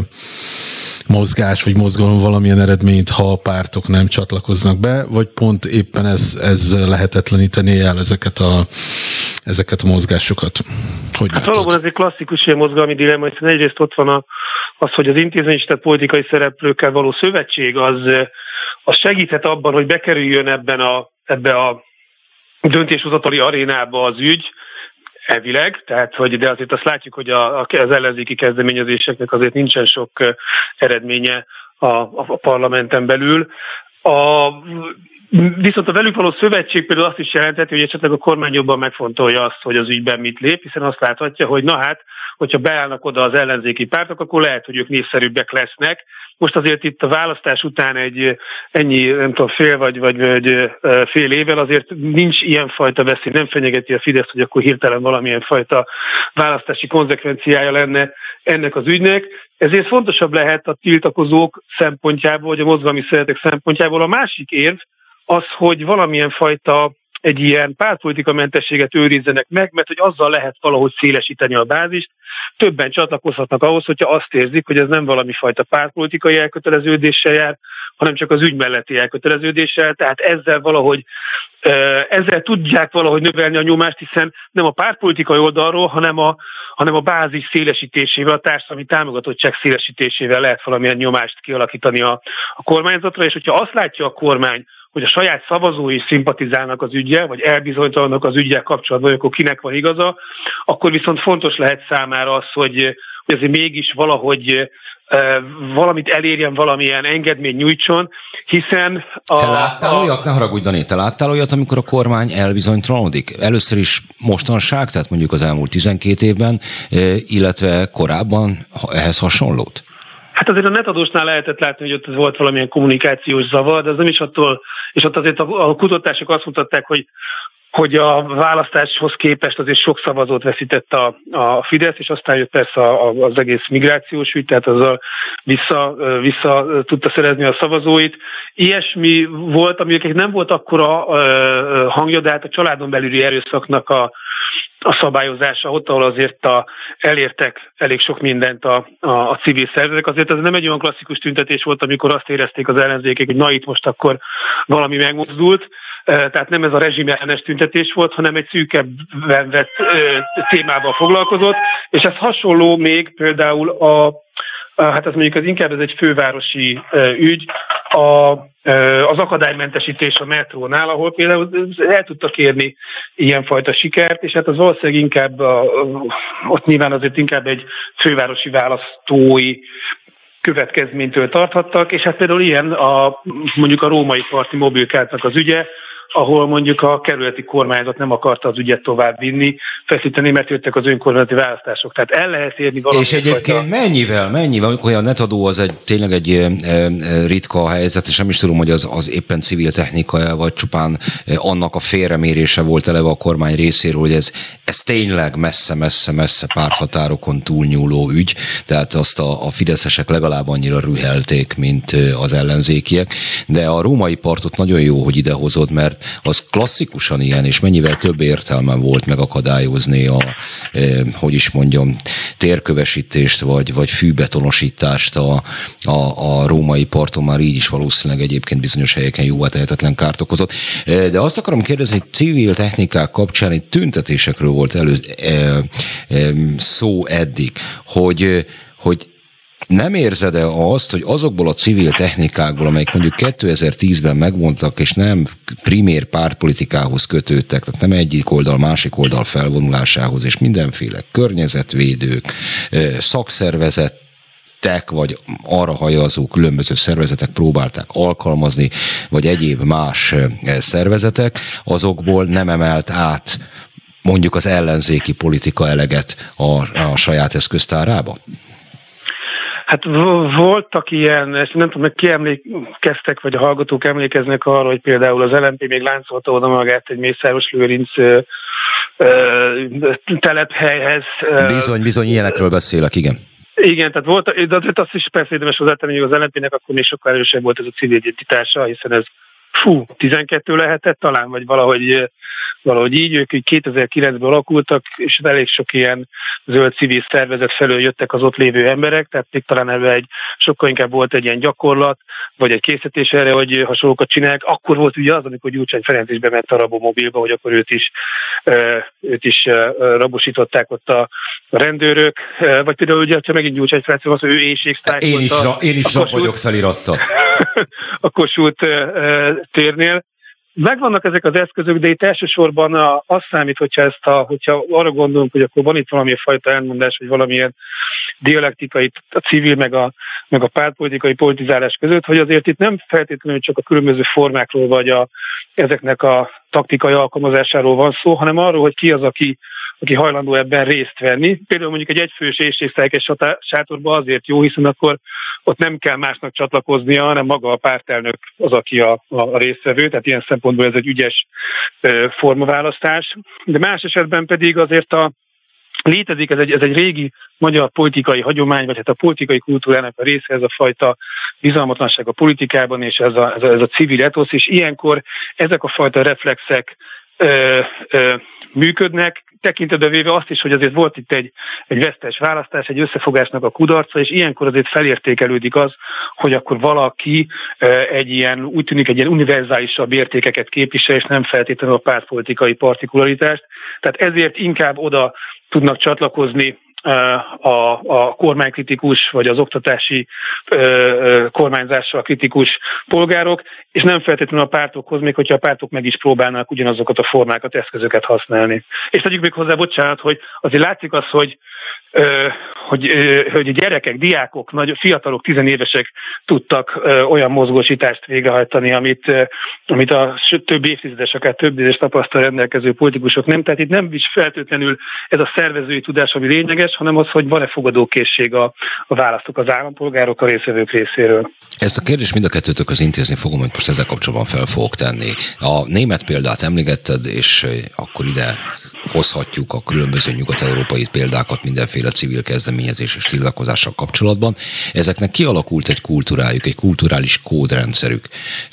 mozgás, vagy mozgalom valamilyen eredményt, ha a pártok nem csatlakoznak be, vagy pont éppen ez, ez lehetetleníteni el ezeket a ezeket a mozgásokat. Hogy hát valóban ez egy klasszikus ilyen mozgalmi dilemma, hiszen egyrészt ott van a, az, hogy az intézményesített politikai szereplőkkel való szövetség az, az segíthet abban, hogy bekerüljön ebben a, ebbe a döntéshozatali arénába az ügy, elvileg, tehát, hogy, de azért azt látjuk, hogy a, az ellenzéki kezdeményezéseknek azért nincsen sok eredménye a, a parlamenten belül. A, viszont a velük való szövetség például azt is jelenteti, hogy esetleg a kormány jobban megfontolja azt, hogy az ügyben mit lép, hiszen azt láthatja, hogy na hát, hogyha beállnak oda az ellenzéki pártok, akkor lehet, hogy ők népszerűbbek lesznek. Most azért itt a választás után egy ennyi, nem tudom, fél vagy, vagy, vagy fél évvel azért nincs ilyenfajta veszély, nem fenyegeti a Fidesz, hogy akkor hirtelen valamilyen fajta választási konzekvenciája lenne ennek az ügynek. Ezért fontosabb lehet a tiltakozók szempontjából, vagy a mozgalmi szeretek szempontjából. A másik érv az, hogy valamilyen fajta egy ilyen pártpolitikamentességet őrizzenek meg, mert hogy azzal lehet valahogy szélesíteni a bázist. Többen csatlakozhatnak ahhoz, hogyha azt érzik, hogy ez nem valami fajta pártpolitikai elköteleződéssel jár, hanem csak az ügy melletti elköteleződéssel, tehát ezzel valahogy ezzel tudják valahogy növelni a nyomást, hiszen nem a pártpolitikai oldalról, hanem a, hanem a bázis szélesítésével, a társadalmi támogatottság szélesítésével lehet valamilyen nyomást kialakítani a, a kormányzatra, és hogyha azt látja a kormány, hogy a saját szavazói szimpatizálnak az üggyel, vagy elbizonytalanok az üggyel kapcsolatban, hogy akkor kinek van igaza, akkor viszont fontos lehet számára az, hogy, hogy azért mégis valahogy e, valamit elérjen, valamilyen engedmény nyújtson, hiszen... A, te láttál a... olyat, ne haragudj, Dani, te láttál olyat, amikor a kormány elbizonytalanodik? Először is mostanság, tehát mondjuk az elmúlt tizenkét évben, illetve korábban ehhez hasonlót? Hát azért a netadósnál lehetett látni, hogy ott volt valamilyen kommunikációs zavar, de az nem is attól, és ott azért a, a kutatások azt mutatták, hogy, hogy a választáshoz képest azért sok szavazót veszített a, a Fidesz, és aztán jött persze az egész migrációs ügy, tehát azzal vissza, vissza tudta szerezni a szavazóit. Ilyesmi volt, aminek nem volt akkora hangja, de hát a családon belüli erőszaknak a, a szabályozása, ott, ahol azért a, elértek elég sok mindent a, a, a civil szervezetek. Azért ez nem egy olyan klasszikus tüntetés volt, amikor azt érezték az ellenzékek, hogy na itt most akkor valami megmozdult. Tehát nem ez a rezsimellenes tüntetés volt, hanem egy szűkebben vett témával foglalkozott, és ez hasonló még például a hát ez mondjuk az inkább ez egy fővárosi ügy, a, az akadálymentesítés a metrónál, ahol például el tudtak érni ilyenfajta sikert, és hát az valószínűleg inkább, a, ott nyilván azért inkább egy fővárosi választói következménytől tarthattak, és hát például ilyen a, mondjuk a római parti mobilkártnak az ügye, ahol mondjuk a kerületi kormányzat nem akarta az ügyet tovább vinni, feszíteni, mert jöttek az önkormányzati választások. Tehát el lehet érni valami. És egyébként fajta... mennyivel, mennyivel, hogy a netadó az egy tényleg egy e, e, ritka helyzet, és nem is tudom, hogy az, az éppen civil technika, vagy csupán annak a félremérése volt eleve a kormány részéről, hogy ez, ez tényleg messze-messze-messze párthatárokon túlnyúló ügy, tehát azt a, a fideszesek legalább annyira rühelték, mint az ellenzékiek, de a római partot nagyon jó, hogy idehozott, mert az klasszikusan ilyen, és mennyivel több értelme volt megakadályozni a, eh, hogy is mondjam, térkövesítést, vagy, vagy fűbetonosítást a, a, a római parton, már így is valószínűleg egyébként bizonyos helyeken jóvá tehetetlen kárt okozott. Eh, de azt akarom kérdezni, hogy civil technikák kapcsán egy tüntetésekről volt elő eh, eh, szó eddig, hogy, hogy nem érzed-e azt, hogy azokból a civil technikákból, amelyek mondjuk kétezer-tízben megmondtak, és nem primér pártpolitikához kötődtek, tehát nem egyik oldal, másik oldal felvonulásához, és mindenféle környezetvédők, szakszervezetek, vagy arra hajazó különböző szervezetek próbálták alkalmazni, vagy egyéb más szervezetek, azokból nem emelt át mondjuk az ellenzéki politika eleget a, a saját eszköztárába? Hát voltak ilyen, ezt nem tudom, ki emlékeztek, vagy a hallgatók emlékeznek arra, hogy például az el em pé még láncolta oda magát egy Mészáros Lőrinc ö, ö, telephelyhez. Bizony, bizony, ilyenekről beszélek, igen. Igen, tehát volt, de azt is persze érdemes hozzátenni, hogy az el em pének akkor még sokkal erősebb volt ez a civil identitása, hiszen ez fú, tizenkettő lehetett talán, vagy valahogy, valahogy így, ők így kétezer-kilencben alakultak, és elég sok ilyen zöld civil szervezet felől jöttek az ott lévő emberek, tehát még talán ebben egy, sokkal inkább volt egy ilyen gyakorlat, vagy egy készítés erre, hogy hasonlókat csinálják. Akkor volt ugye az, amikor Gyurcsány Ferenc is bement a Rabomobilba, hogy akkor őt is, őt is rabosították ott a rendőrök, vagy például ugye, ha megint Gyurcsány Ferenc, az ő éjségsztrájkolta. Én is, ra, én is rab vagyok felirattal. A Kossuth térnél. Megvannak ezek az eszközök, de itt elsősorban az számít, hogyha, ezt a, hogyha arra gondolunk, hogy akkor van itt valamilyen fajta elmondás, vagy valamilyen dialektikai, a civil meg a, meg a pártpolitikai politizálás között, hogy azért itt nem feltétlenül csak a különböző formákról, vagy a, ezeknek a taktikai alkalmazásáról van szó, hanem arról, hogy ki az, aki, aki hajlandó ebben részt venni. Például mondjuk egy egyfős éjségsztrájkes sátorban azért jó, hiszen akkor ott nem kell másnak csatlakoznia, hanem maga a pártelnök az, aki a, a résztvevő, tehát ilyen szempontból ez egy ügyes e, formaválasztás. De más esetben pedig azért a létezik, ez egy, ez egy régi magyar politikai hagyomány, vagy hát a politikai kultúrának a része, ez a fajta bizalmatlanság a politikában, és ez a, ez a, ez a civil etosz, és ilyenkor ezek a fajta reflexek ö, ö, működnek, tekintetbe véve azt is, hogy azért volt itt egy, egy vesztes választás, egy összefogásnak a kudarca, és ilyenkor azért felértékelődik az, hogy akkor valaki egy ilyen, úgy tűnik, egy ilyen univerzálisabb értékeket képvisel, és nem feltétlenül a pártpolitikai partikularitást. Tehát ezért inkább oda tudnak csatlakozni a, a kormánykritikus, vagy az oktatási ö, kormányzással kritikus polgárok, és nem feltétlenül a pártokhoz, még hogyha a pártok meg is próbálnak ugyanazokat a formákat, eszközöket használni. És tegyük még hozzá, bocsánat, hogy azért látszik az, hogy, ö, hogy, ö, hogy a gyerekek, diákok, nagy, fiatalok, tizenévesek tudtak ö, olyan mozgósítást végrehajtani, amit, ö, amit a több évtizedes, akár több éves tapasztalat rendelkező politikusok nem. Tehát itt nem is feltétlenül ez a szervezői tudás, ami lényeges, hanem az, hogy van-e fogadókészség a, a választók, az állampolgárok, a részvevők részéről. Ezt a kérdést mind a kettőtökhöz intézni fogom, hogy most ezzel kapcsolatban fel fogok tenni. A német példát emlegetted, és akkor ide hozhatjuk a különböző nyugat-európai példákat mindenféle civil kezdeményezés és tiltakozással kapcsolatban. Ezeknek kialakult egy kultúrájuk, egy kulturális kódrendszerük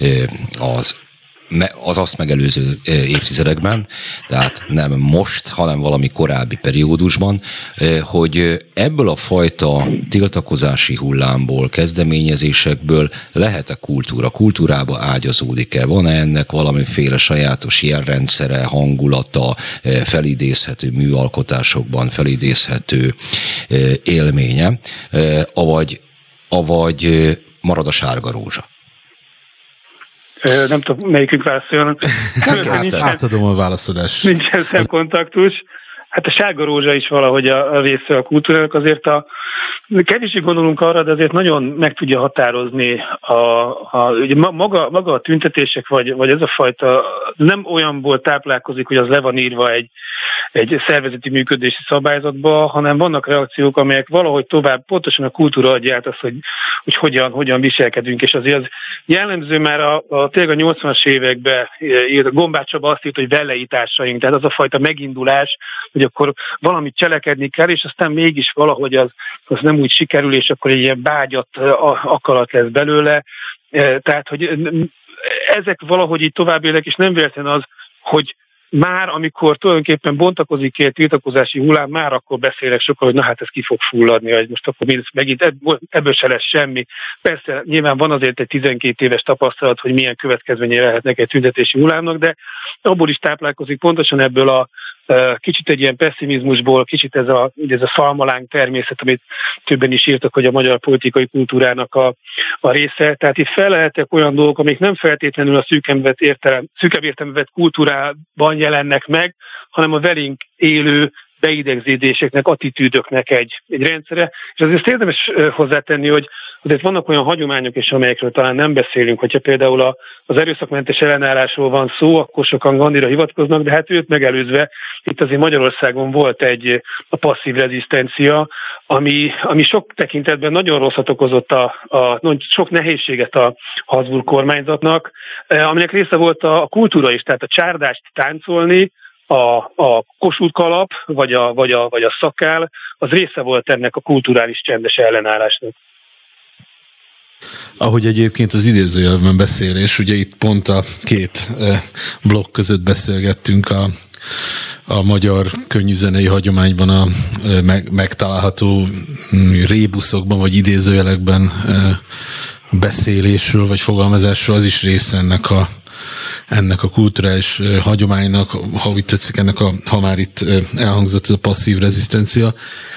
az az azt megelőző évtizedekben, tehát nem most, hanem valami korábbi periódusban, hogy ebből a fajta tiltakozási hullámból, kezdeményezésekből lehet-e kultúra, kultúrába ágyazódik-e, van-e ennek valamiféle sajátos jelrendszere, hangulata, felidézhető műalkotásokban, felidézhető élménye, avagy, avagy marad a sárga rózsa? Nem tudom, melyikünk válaszoljon. Átadom a válaszadást. Nincsen szemkontaktus. Hát a sárga rózsa is valahogy a, a része a kultúrának, azért a kevésbé gondolunk arra, de azért nagyon meg tudja határozni a, a, ugye maga, maga a tüntetések, vagy, vagy ez a fajta nem olyanból táplálkozik, hogy az le van írva egy, egy szervezeti működési szabályzatba, hanem vannak reakciók, amelyek valahogy tovább, pontosan a kultúra adja át azt, hogy, hogy hogyan, hogyan viselkedünk, és azért az jellemző már a, a tényleg a nyolcvanas években írt, a Gombács Csaba azt írt, hogy veleításaink, tehát az a fajta megindulás, hogy akkor valamit cselekedni kell, és aztán mégis valahogy az, az nem úgy sikerül, és akkor egy ilyen bágyat akarat lesz belőle. Tehát, hogy ezek valahogy így tovább élnek, és nem véletlen az, hogy már amikor tulajdonképpen bontakozik ki egy tiltakozási hullám, már akkor beszélek sokkal, hogy na hát ez ki fog fulladni, vagy most akkor megint ebből se lesz semmi. Persze nyilván van azért egy tizenkét éves tapasztalat, hogy milyen következményei lehetnek egy tüntetési hullámnak, de abból is táplálkozik pontosan ebből a kicsit egy ilyen pessimizmusból, kicsit ez a, ez a szalmaláng természet, amit többen is írtak, hogy a magyar politikai kultúrának a, a része. Tehát itt fel lehetnek olyan dolgok, amik nem feltétlenül a szűkebb értelem, szűkebb értelemben vett kultúrában jelennek meg, hanem a velünk élő beidegződéseknek, attitűdöknek egy, egy rendszere. És azért érdemes hozzátenni, hogy azért vannak olyan hagyományok is, amelyekről talán nem beszélünk, hogyha például a, az erőszakmentes ellenállásról van szó, akkor sokan Gandhira hivatkoznak, de hát őt megelőzve itt azért Magyarországon volt egy a passzív rezisztencia, ami, ami sok tekintetben nagyon rosszat okozott, a, a, sok nehézséget a Habsburg kormányzatnak, aminek része volt a, a kultúra is, tehát a csárdást táncolni, A, a Kossuth kalap, vagy a, vagy, a, vagy a szakál, az része volt ennek a kulturális csendes ellenállásnak. Ahogy egyébként az idézőjelben beszélés, ugye itt pont a két blokk között beszélgettünk a, a magyar könnyűzenei hagyományban a meg, megtalálható rébuszokban, vagy idézőjelekben beszélésről, vagy fogalmazásról, az is része ennek a, ennek a kulturális hagyománynak, ha úgy tetszik, ennek a, ha már itt elhangzott ez a passzív rezisztencia.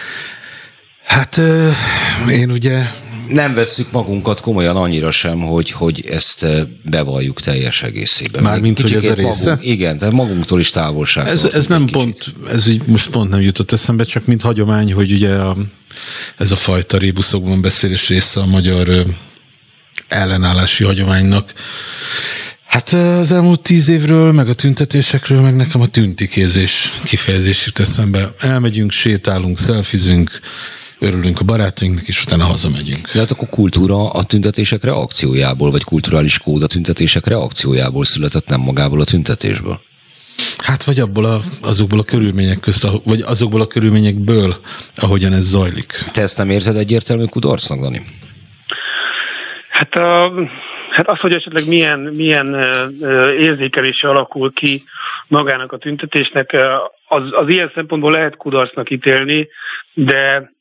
Hát én ugye... Nem vesszük magunkat komolyan annyira sem, hogy, hogy ezt bevalljuk teljes egészében. Mármint, hogy ez a része? Magunk, igen, de magunktól is távolság. Ez, ez nem pont, ez így most pont nem jutott eszembe, csak mint hagyomány, hogy ugye a, ez a fajta rébuszokban beszélés része a magyar ö, ellenállási hagyománynak. Hát az elmúlt tíz évről, meg a tüntetésekről, meg nekem a tüntikézés kifejezés jut eszembe. Elmegyünk, sétálunk, szelfizünk, örülünk a barátainknak, és utána hazamegyünk. De hát akkor kultúra a tüntetések reakciójából, vagy kulturális kód a tüntetések reakciójából született, nem magából a tüntetésből? Hát vagy abból a, azokból a körülmények közt, vagy azokból a körülményekből, ahogyan ez zajlik. Te ezt nem érzed egyértelmű kudarcnak, Dani? Hát, a, hát az, hogy esetleg milyen, milyen érzékelése alakul ki magának a tüntetésnek, az, az ilyen szempontból lehet kudarcnak ítélni, de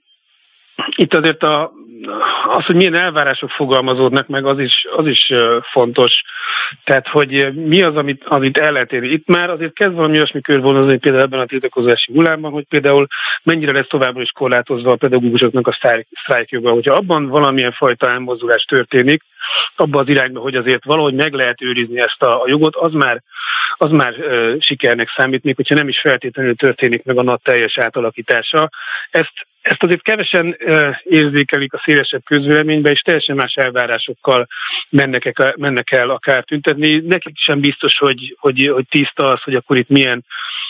itt azért a, az, hogy milyen elvárások fogalmazódnak meg, az is, az is fontos. Tehát, hogy mi az, amit, amit el lehet érni. Itt már azért kezd valami olyasmi körvonalazódni például ebben a tiltakozási hullámban, hogy például mennyire lesz továbbra is korlátozva a pedagógusoknak a sztrájk, sztrájkjoga. Hogyha abban valamilyen fajta elmozdulás történik, abban az irányban, hogy azért valahogy meg lehet őrizni ezt a, a jogot, az már, az már ö, sikernek számít, még hogyha nem is feltétlenül történik meg a nagy teljes átalakítása. Ezt Ezt azért kevesen uh, érzékelik a szélesebb közvéleménybe, és teljesen más elvárásokkal mennek, el, mennek el akár tüntetni. Nekik sem biztos, hogy, hogy, hogy tiszta az, hogy akkor itt milyen,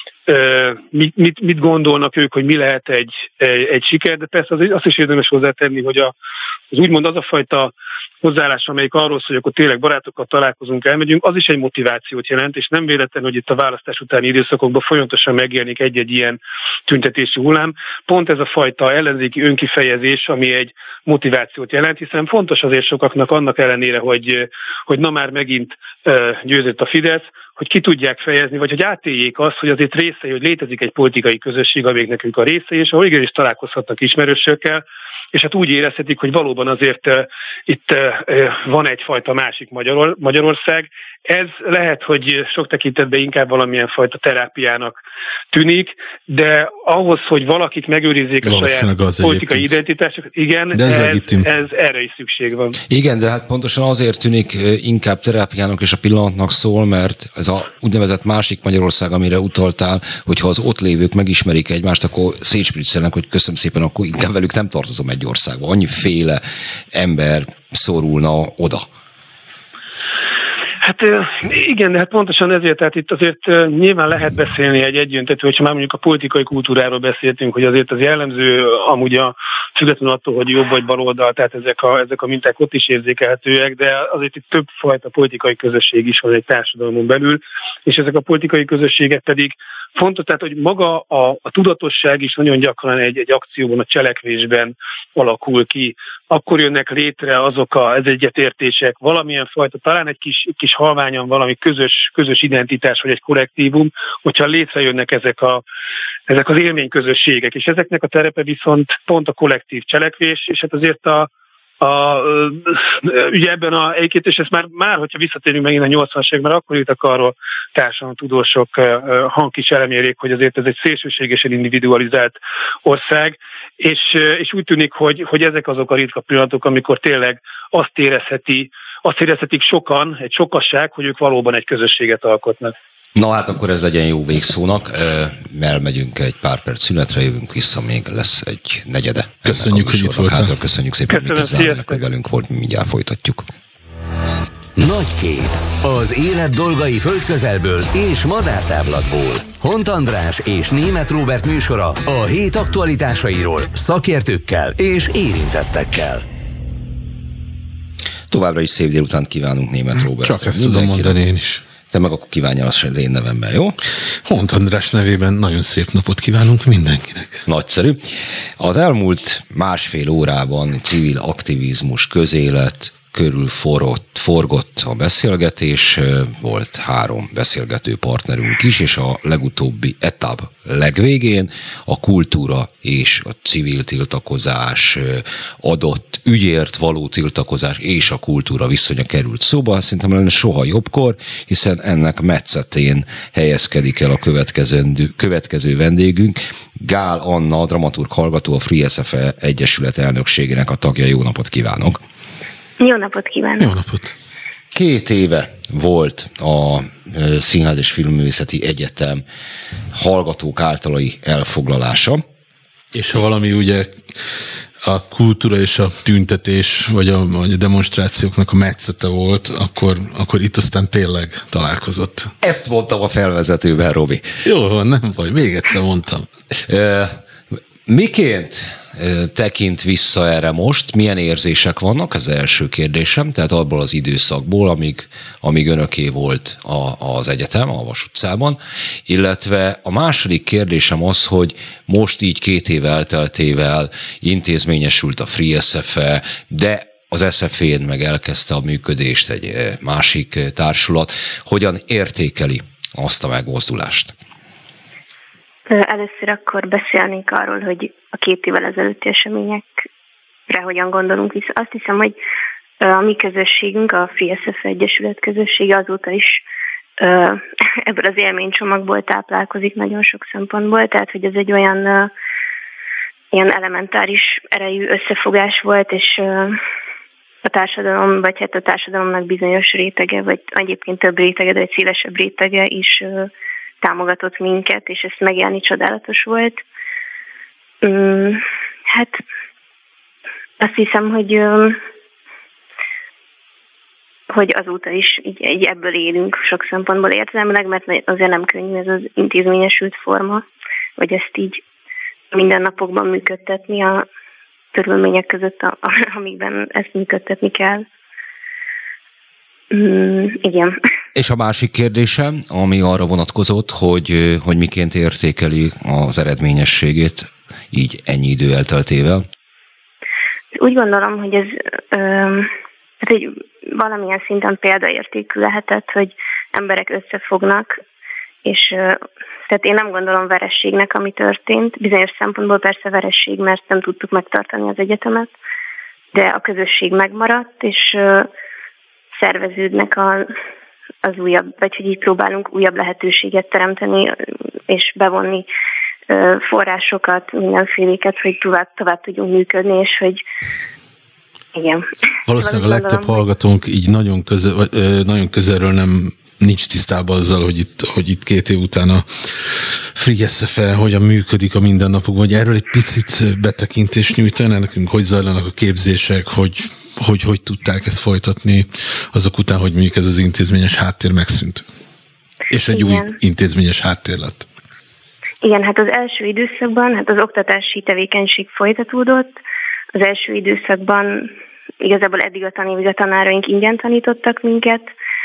uh, mit, mit, mit gondolnak ők, hogy mi lehet egy, egy, egy siker, de persze az, azt is érdemes hozzátenni, hogy a, az úgymond az a fajta hozzáállás, amelyik arról szól, hogy akkor tényleg barátokkal találkozunk, elmegyünk, az is egy motivációt jelent, és nem véletlen, hogy itt a választás utáni időszakokban folyamatosan megjelenik egy-egy ilyen tüntetési hullám. Pont ez a fajta ellenzéki önkifejezés, ami egy motivációt jelent, hiszen fontos azért sokaknak annak ellenére, hogy, hogy na már megint győzött a Fidesz, hogy ki tudják fejezni, vagy hogy átéljék azt, hogy azért részei, hogy létezik egy politikai közösség, amelyik nekünk a részei, és ahol igenis találkozhatnak ismerősökkel, és hát úgy érezhetik, hogy valóban azért uh, itt uh, van egyfajta másik Magyaror- Magyarország. Ez lehet, hogy sok tekintetben inkább valamilyen fajta terápiának tűnik, de ahhoz, hogy valakik megőrizzék a saját politikai identitásokat, igen, de ez, ez, ez erre is szükség van. Igen, de hát pontosan azért tűnik inkább terápiának és a pillanatnak szól, mert ez a úgynevezett másik Magyarország, amire utaltál, hogyha az ott lévők megismerik egymást, akkor szétspriccelnek, hogy köszönöm szépen, akkor inkább velük nem tartozom egy országba. Annyiféle ember szorulna oda. Hát igen, de hát pontosan ezért, tehát itt azért nyilván lehet beszélni egy egyöntetű, hogyha már mondjuk a politikai kultúráról beszéltünk, hogy azért az jellemző amúgy a függetlenül attól, hogy jobb vagy baloldal, tehát ezek a, ezek a minták ott is érzékelhetőek, de azért itt több fajta politikai közösség is van egy társadalmon belül, és ezek a politikai közösségek pedig fontos, tehát hogy maga a, a tudatosság is nagyon gyakran egy, egy akcióban, a cselekvésben alakul ki. Akkor jönnek létre azok a, ez egyetértések, valamilyen fajta, talán egy kis, kis halványan valami közös, közös identitás, vagy egy kollektívum, hogyha létrejönnek ezek, a, ezek az élményközösségek, és ezeknek a terepe viszont pont a kollektív cselekvés, és hát azért a A, ugye ebben a egyébként, és ezt már, már hogyha visszatérünk megint a nyolcvanas évek, mert akkor írtak arról társadalomtudósok hangkis elemérék, hogy azért ez egy szélsőségesen individualizált ország, és, és úgy tűnik, hogy, hogy ezek azok a ritka pillanatok, amikor tényleg azt érezheti, azt érezhetik sokan, egy sokasság, hogy ők valóban egy közösséget alkotnak. Na hát akkor ez legyen jó végszónak, mert megyünk egy pár perc szünetre, jövünk vissza, még lesz egy negyede. Köszönjük, hogy itt voltál. Hát, köszönjük szépen, Mikes Zámnak, hogy velünk volt, mi mindjárt folytatjuk. Nagy kép. Az élet dolgai földközelből és madártávlatból. Hont András és Németh Róbert műsora a hét aktualitásairól szakértőkkel és érintettekkel. Továbbra is szép délutánt kívánunk Németh Róbert. Csak ezt tudom mondani én is. Te meg akkor kívánjál azt az én nevemben, jó? Hont András nevében nagyon szép napot kívánunk mindenkinek. Nagyszerű. Az elmúlt másfél órában civil aktivizmus, közélet, körül forrott, forgott a beszélgetés, volt három beszélgető partnerünk is, és a legutóbbi etap legvégén a kultúra és a civil tiltakozás, adott ügyért való tiltakozás és a kultúra viszonya került szóba. Szerintem lenne soha jobbkor, hiszen ennek metszetén helyezkedik el a következő, következő vendégünk, Gál Anna, dramaturg hallgató, a Free es ef e Egyesület elnökségének a tagja. Jó napot kívánok! Jó napot kívánok! Jó napot! Két éve volt a Színház és Filmművészeti Egyetem hallgatók általai elfoglalása. És ha valami ugye a kultúra és a tüntetés, vagy a, vagy a demonstrációknak a metszete volt, akkor, akkor itt aztán tényleg találkozott. Ezt mondtam a felvezetőben, Robi. Jó van, nem baj, még egyszer mondtam. Miként tekint vissza erre most? Milyen érzések vannak? Ez az első kérdésem. Tehát abból az időszakból, amíg, amíg önöké volt a, az egyetem, a Vas utcában. Illetve a második kérdésem az, hogy most így két év elteltével intézményesült a Free es ef e, de az es ef é-n meg elkezdte a működést egy másik társulat. Hogyan értékeli azt a megmozdulást? Először akkor beszélnénk arról, hogy a két évvel ezelőtti eseményekre hogyan gondolunk vissza. Azt hiszem, hogy a mi közösségünk, a Free es ef e Egyesület közössége azóta is ebből az élménycsomagból táplálkozik nagyon sok szempontból, tehát hogy ez egy olyan ilyen elementáris erejű összefogás volt, és a társadalom, vagy hát a társadalomnak bizonyos rétege, vagy egyébként több rétege, de egy szélesebb rétege is támogatott minket, és ezt megélni csodálatos volt. Hát azt hiszem, hogy, hogy azóta is így, így ebből élünk sok szempontból érzelmileg, mert azért nem könnyű ez az intézményesült forma, vagy ezt így mindennapokban működtetni a körülmények között, amikben ezt működtetni kell. Mm, igen. És a másik kérdésem, ami arra vonatkozott, hogy, hogy miként értékeli az eredményességét így ennyi idő elteltével? Úgy gondolom, hogy ez ö, hát egy valamilyen szinten példaértékű lehetett, hogy emberek összefognak, és ö, tehát én nem gondolom verességnek, ami történt. Bizonyos szempontból persze veresség, mert nem tudtuk megtartani az egyetemet, de a közösség megmaradt, és ö, szerveződnek a, az újabb, vagy hogy így próbálunk újabb lehetőséget teremteni, és bevonni ö, forrásokat, mindenféléket, hogy tovább, tovább tudjunk működni, és hogy igen. Valószínűleg a legtöbb hallgatónk így nagyon, közel, vagy, ö, nagyon közelről nem nincs tisztában azzal, hogy itt, hogy itt két év után a Free es ef e hogyan működik a mindennapokban, hogy erről egy picit betekintést nyújtani, nekünk hogy zajlanak a képzések, hogy hogy, hogy tudták ezt folytatni azok után, hogy mondjuk ez az intézményes háttér megszűnt. És egy Igen. új intézményes háttér lett. Igen, hát az első időszakban, hát az oktatási tevékenység folytatódott. Az első időszakban igazából eddig a tanévig a tanáraink ingyen tanítottak minket.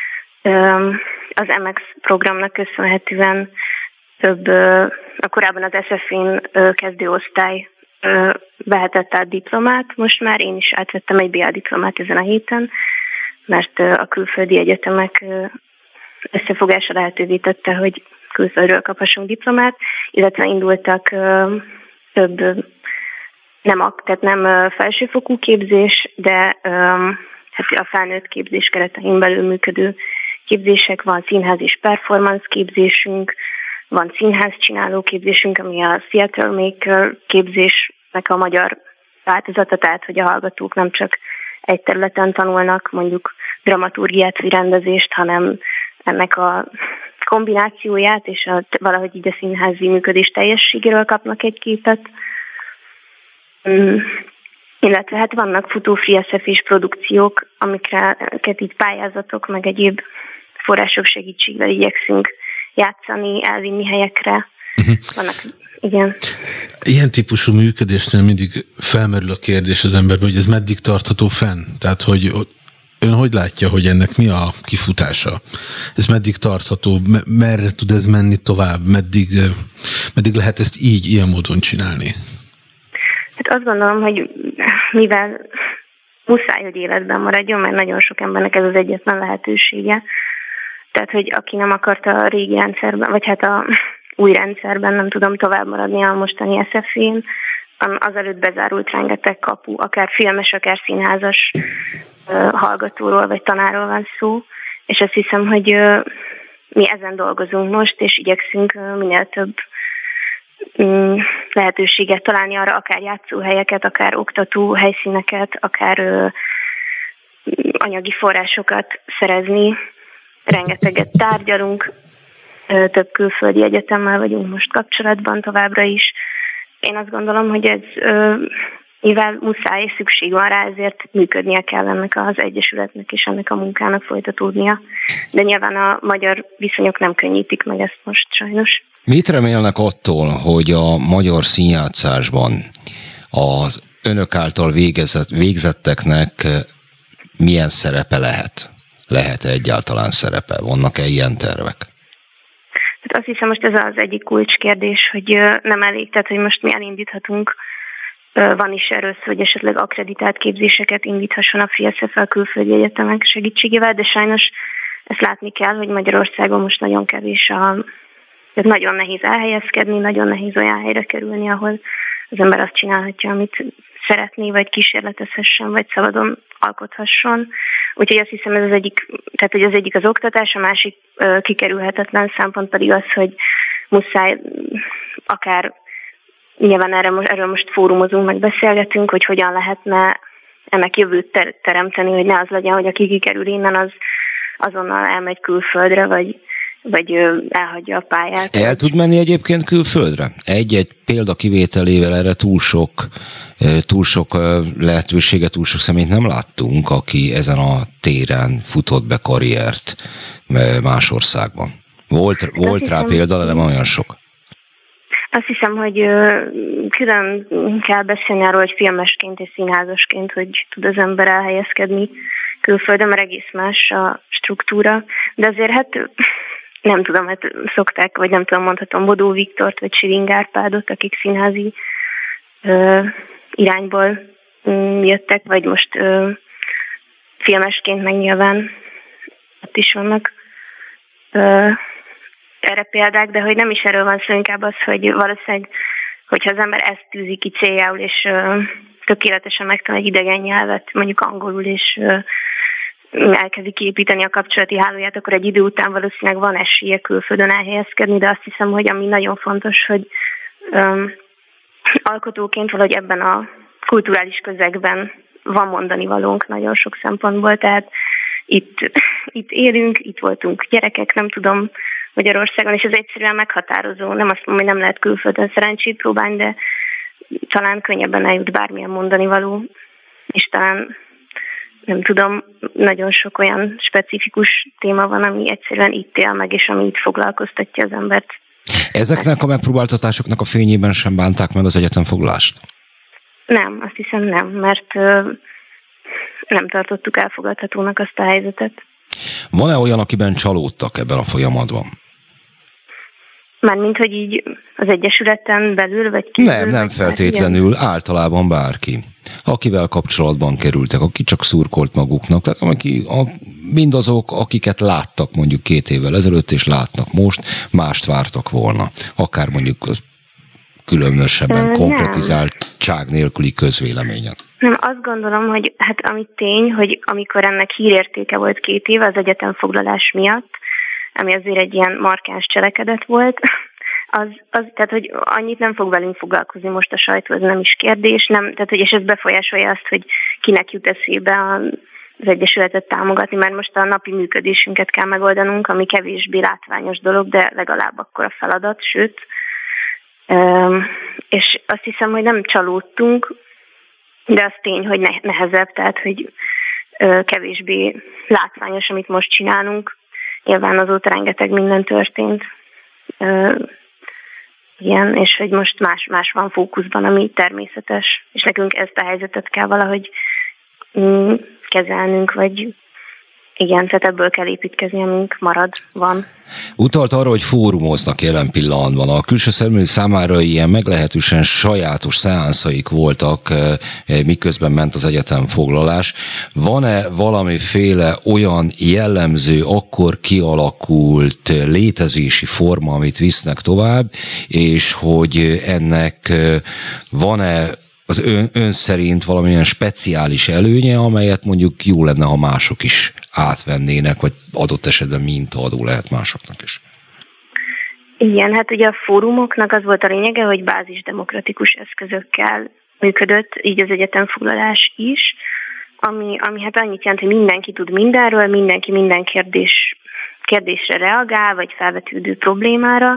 Az em iksz programnak köszönhetően több, a korábban az es ef é-n kezdőosztály vehetett át diplomát, most már én is átvettem egy bé á diplomát ezen a héten, mert a külföldi egyetemek összefogása lehetővé tette, hogy külföldről kaphassunk diplomát, illetve indultak több nem, tehát nem felsőfokú képzés, de hát a felnőtt képzés keretein belül működő képzések, van színház és performance képzésünk, van színház csináló képzésünk, ami a Theater Maker képzésnek a magyar változata, tehát hogy a hallgatók nem csak egy területen tanulnak, mondjuk dramaturgiát vagy rendezést, hanem ennek a kombinációját és a, valahogy így a színházi működés teljességéről kapnak egy képet. Mm. Illetve hát vannak futó Free es ef és produkciók, amiket így pályázatok, meg egyéb források segítségével igyekszünk játszani, elvinni helyekre. Uh-huh. Vannak, igen. Ilyen típusú működésnél mindig felmerül a kérdés az emberben, hogy ez meddig tartható fenn? Tehát, hogy ön hogy látja, hogy ennek mi a kifutása? Ez meddig tartható? Merre tud ez menni tovább? Meddig, meddig lehet ezt így, ilyen módon csinálni? Hát azt gondolom, hogy mivel muszáj, hogy életben maradjon, mert nagyon sok embernek ez az egyetlen lehetősége. Tehát, hogy aki nem akarta a régi rendszerben, vagy hát a új rendszerben, nem tudom, tovább maradni a mostani es ef én, azelőtt bezárult rengeteg kapu, akár filmes, akár színházas hallgatóról, vagy tanárról van szó, és azt hiszem, hogy mi ezen dolgozunk most, és igyekszünk minél több lehetőséget találni arra, akár játszóhelyeket, akár oktató helyszíneket, akár anyagi forrásokat szerezni. Rengeteget tárgyalunk, több külföldi egyetemmel vagyunk most kapcsolatban továbbra is. Én azt gondolom, hogy ez, mivel muszáj és szükség van rá, ezért működnie kell ennek az egyesületnek és ennek a munkának folytatódnia. De nyilván a magyar viszonyok nem könnyítik meg ezt most sajnos. Mit remélnek attól, hogy a magyar színjátszásban az önök által végezett, végzetteknek milyen szerepe lehet? Lehet-e egyáltalán szerepe? Vannak-e ilyen tervek? Hát azt hiszem, most ez az egyik kulcskérdés, hogy nem elég, tehát hogy most mi elindíthatunk, van is erről szó, hogy esetleg akkreditált képzéseket indíthasson a Free es ef el külföldi egyetemek segítségével, de sajnos ezt látni kell, hogy Magyarországon most nagyon kevés a... Tehát nagyon nehéz elhelyezkedni, nagyon nehéz olyan helyre kerülni, ahol az ember azt csinálhatja, amit szeretné, vagy kísérletezhessen, vagy szabadon alkothasson. Úgyhogy azt hiszem, ez az egyik, tehát hogy az egyik az oktatás, a másik kikerülhetetlen szempont pedig az, hogy muszáj akár, nyilván erre, erről most fórumozunk, meg beszélgetünk, hogy hogyan lehetne ennek jövőt ter- teremteni, hogy ne az legyen, hogy aki kikerül innen, az azonnal elmegy külföldre, vagy vagy elhagyja a pályát. El tud menni egyébként külföldre? Egy-egy példa kivételével erre túl sok, túl sok lehetőséget, túl sok személyt nem láttunk, aki ezen a téren futott be karriert más országban. Volt, volt rá hiszem, példa, de nem olyan sok. Azt hiszem, hogy külön kell beszélni arról, hogy filmesként és színházasként, hogy tud az ember elhelyezkedni külföldön, mert egész más a struktúra. De azért hát nem tudom, hát szokták, vagy nem tudom, mondhatom Bodó Viktort, vagy Siling Árpádot, akik színházi ö, irányból ö, jöttek, vagy most ö, filmesként meg nyilván ott is vannak ö, erre példák, de hogy nem is erről van szó, inkább az, hogy valószínűleg, hogyha az ember ezt tűzi ki céljául, és ö, tökéletesen megtanul egy idegen nyelvet, mondjuk angolul, és ö, elkezdi kiépíteni a kapcsolati hálóját, akkor egy idő után valószínűleg van esélye külföldön elhelyezkedni, de azt hiszem, hogy ami nagyon fontos, hogy um, alkotóként valahogy ebben a kulturális közegben van mondani valónk nagyon sok szempontból, tehát itt, itt élünk, itt voltunk gyerekek, nem tudom, Magyarországon, és ez egyszerűen meghatározó. Nem azt mondom, hogy nem lehet külföldön szerencsét próbálni, de talán könnyebben eljut bármilyen mondani való, és talán nem tudom, nagyon sok olyan specifikus téma van, ami egyszerűen itt él meg, és ami itt foglalkoztatja az embert. Ezeknek a megpróbáltatásoknak a fényében sem bánták meg az egyetemfoglalást? Nem, azt hiszem nem, mert ö, nem tartottuk elfogadhatónak azt a helyzetet. Van-e olyan, akiben csalódtak ebben a folyamatban? Mármint, hogy így az egyesületen belül, vagy kívül? Nem, nem feltétlenül, ilyen? Általában bárki. Akivel kapcsolatban kerültek, aki csak szurkolt maguknak, tehát aki, a, mindazok, akiket láttak mondjuk két évvel ezelőtt, és látnak most, mást vártak volna. Akár mondjuk különösebben konkretizáltság nélküli közvéleményen. Nem, azt gondolom, hogy hát ami tény, hogy amikor ennek hírértéke volt két éve az egyetemfoglalás miatt, ami azért egy ilyen markáns cselekedet volt, az, az, tehát, hogy annyit nem fog velünk foglalkozni most a sajtó, ez nem is kérdés, nem, tehát, hogy és ez befolyásolja azt, hogy kinek jut eszébe az egyesületet támogatni, mert most a napi működésünket kell megoldanunk, ami kevésbé látványos dolog, de legalább akkor a feladat, sőt, és azt hiszem, hogy nem csalódtunk, de az tény, hogy nehezebb, tehát, hogy kevésbé látványos, amit most csinálunk. Nyilván azóta rengeteg minden történt. Igen, és hogy most más, más van fókuszban, ami természetes, és nekünk ezt a helyzetet kell valahogy mm, kezelnünk, vagy igen, tehát ebből kell építkezni, amink marad, van. Utalt arra, hogy fórumoznak jelen pillanatban. A külső szemlélő számára ilyen meglehetősen sajátos szeánszaik voltak, miközben ment az egyetemfoglalás. Van-e valamiféle olyan jellemző, akkor kialakult létezési forma, amit visznek tovább, és hogy ennek van-e az ön, ön szerint valamilyen speciális előnye, amelyet mondjuk jó lenne, ha mások is átvennének, vagy adott esetben mintaadó lehet másoknak is? Igen, hát ugye a fórumoknak az volt a lényege, hogy bázisdemokratikus eszközökkel működött, így az egyetemfoglalás is, ami, ami hát annyit jelent, hogy mindenki tud mindenről, mindenki minden kérdés, kérdésre reagál, vagy felvetődő problémára,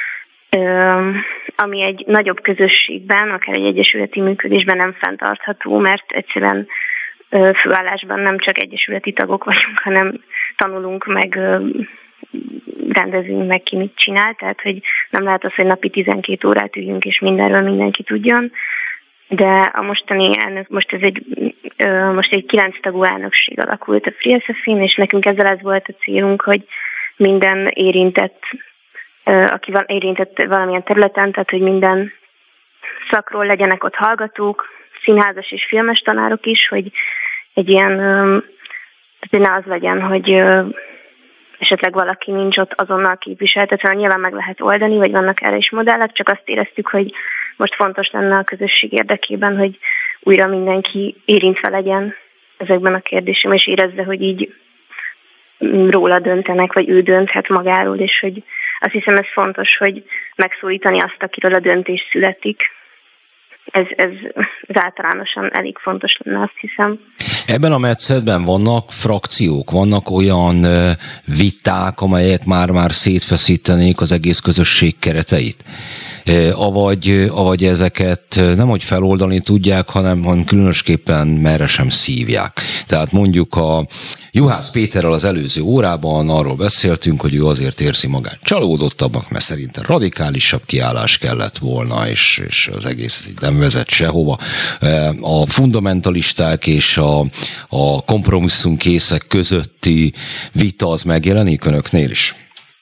ami egy nagyobb közösségben, akár egy egyesületi működésben nem fenntartható, mert egyszerűen főállásban nem csak egyesületi tagok vagyunk, hanem tanulunk, meg rendezünk meg, ki mit csinál, tehát hogy nem lehet az, hogy napi tizenkét órát üljünk, és mindenről mindenki tudjon, de a mostani elnök, most ez egy, most egy kilenc tagú elnökség alakult a Free es ef-én, és nekünk ezzel ez volt a célunk, hogy minden érintett, aki van érintett valamilyen területen, tehát hogy minden szakról legyenek ott hallgatók, színházas és filmes tanárok is, hogy egy ilyen, tehát ne az legyen, hogy esetleg valaki nincs ott azonnal képviseltetve, nyilván meg lehet oldani, vagy vannak erre is modellek, csak azt éreztük, hogy most fontos lenne a közösség érdekében, hogy újra mindenki érintve legyen ezekben a kérdésekben, és érezze, hogy így róla döntenek, vagy ő dönthet magáról, és hogy azt hiszem ez fontos, hogy megszólítani azt, akiről a döntés születik. Ez, ez, ez általánosan elég fontos lenne, azt hiszem. Ebben a metszetben vannak frakciók, vannak olyan viták, amelyek már-már szétfeszítenék az egész közösség kereteit? Avagy, avagy ezeket nem hogy feloldani tudják, hanem, hanem különösképpen merre sem szívják. Tehát mondjuk a Juhász Péterrel az előző órában arról beszéltünk, hogy ő azért érzi magát csalódottabbnak, mert szerintem radikálisabb kiállás kellett volna, és, és az egész nem vezet sehova. A fundamentalisták és a, a kompromisszumkészek közötti vita az megjelenik önöknél is?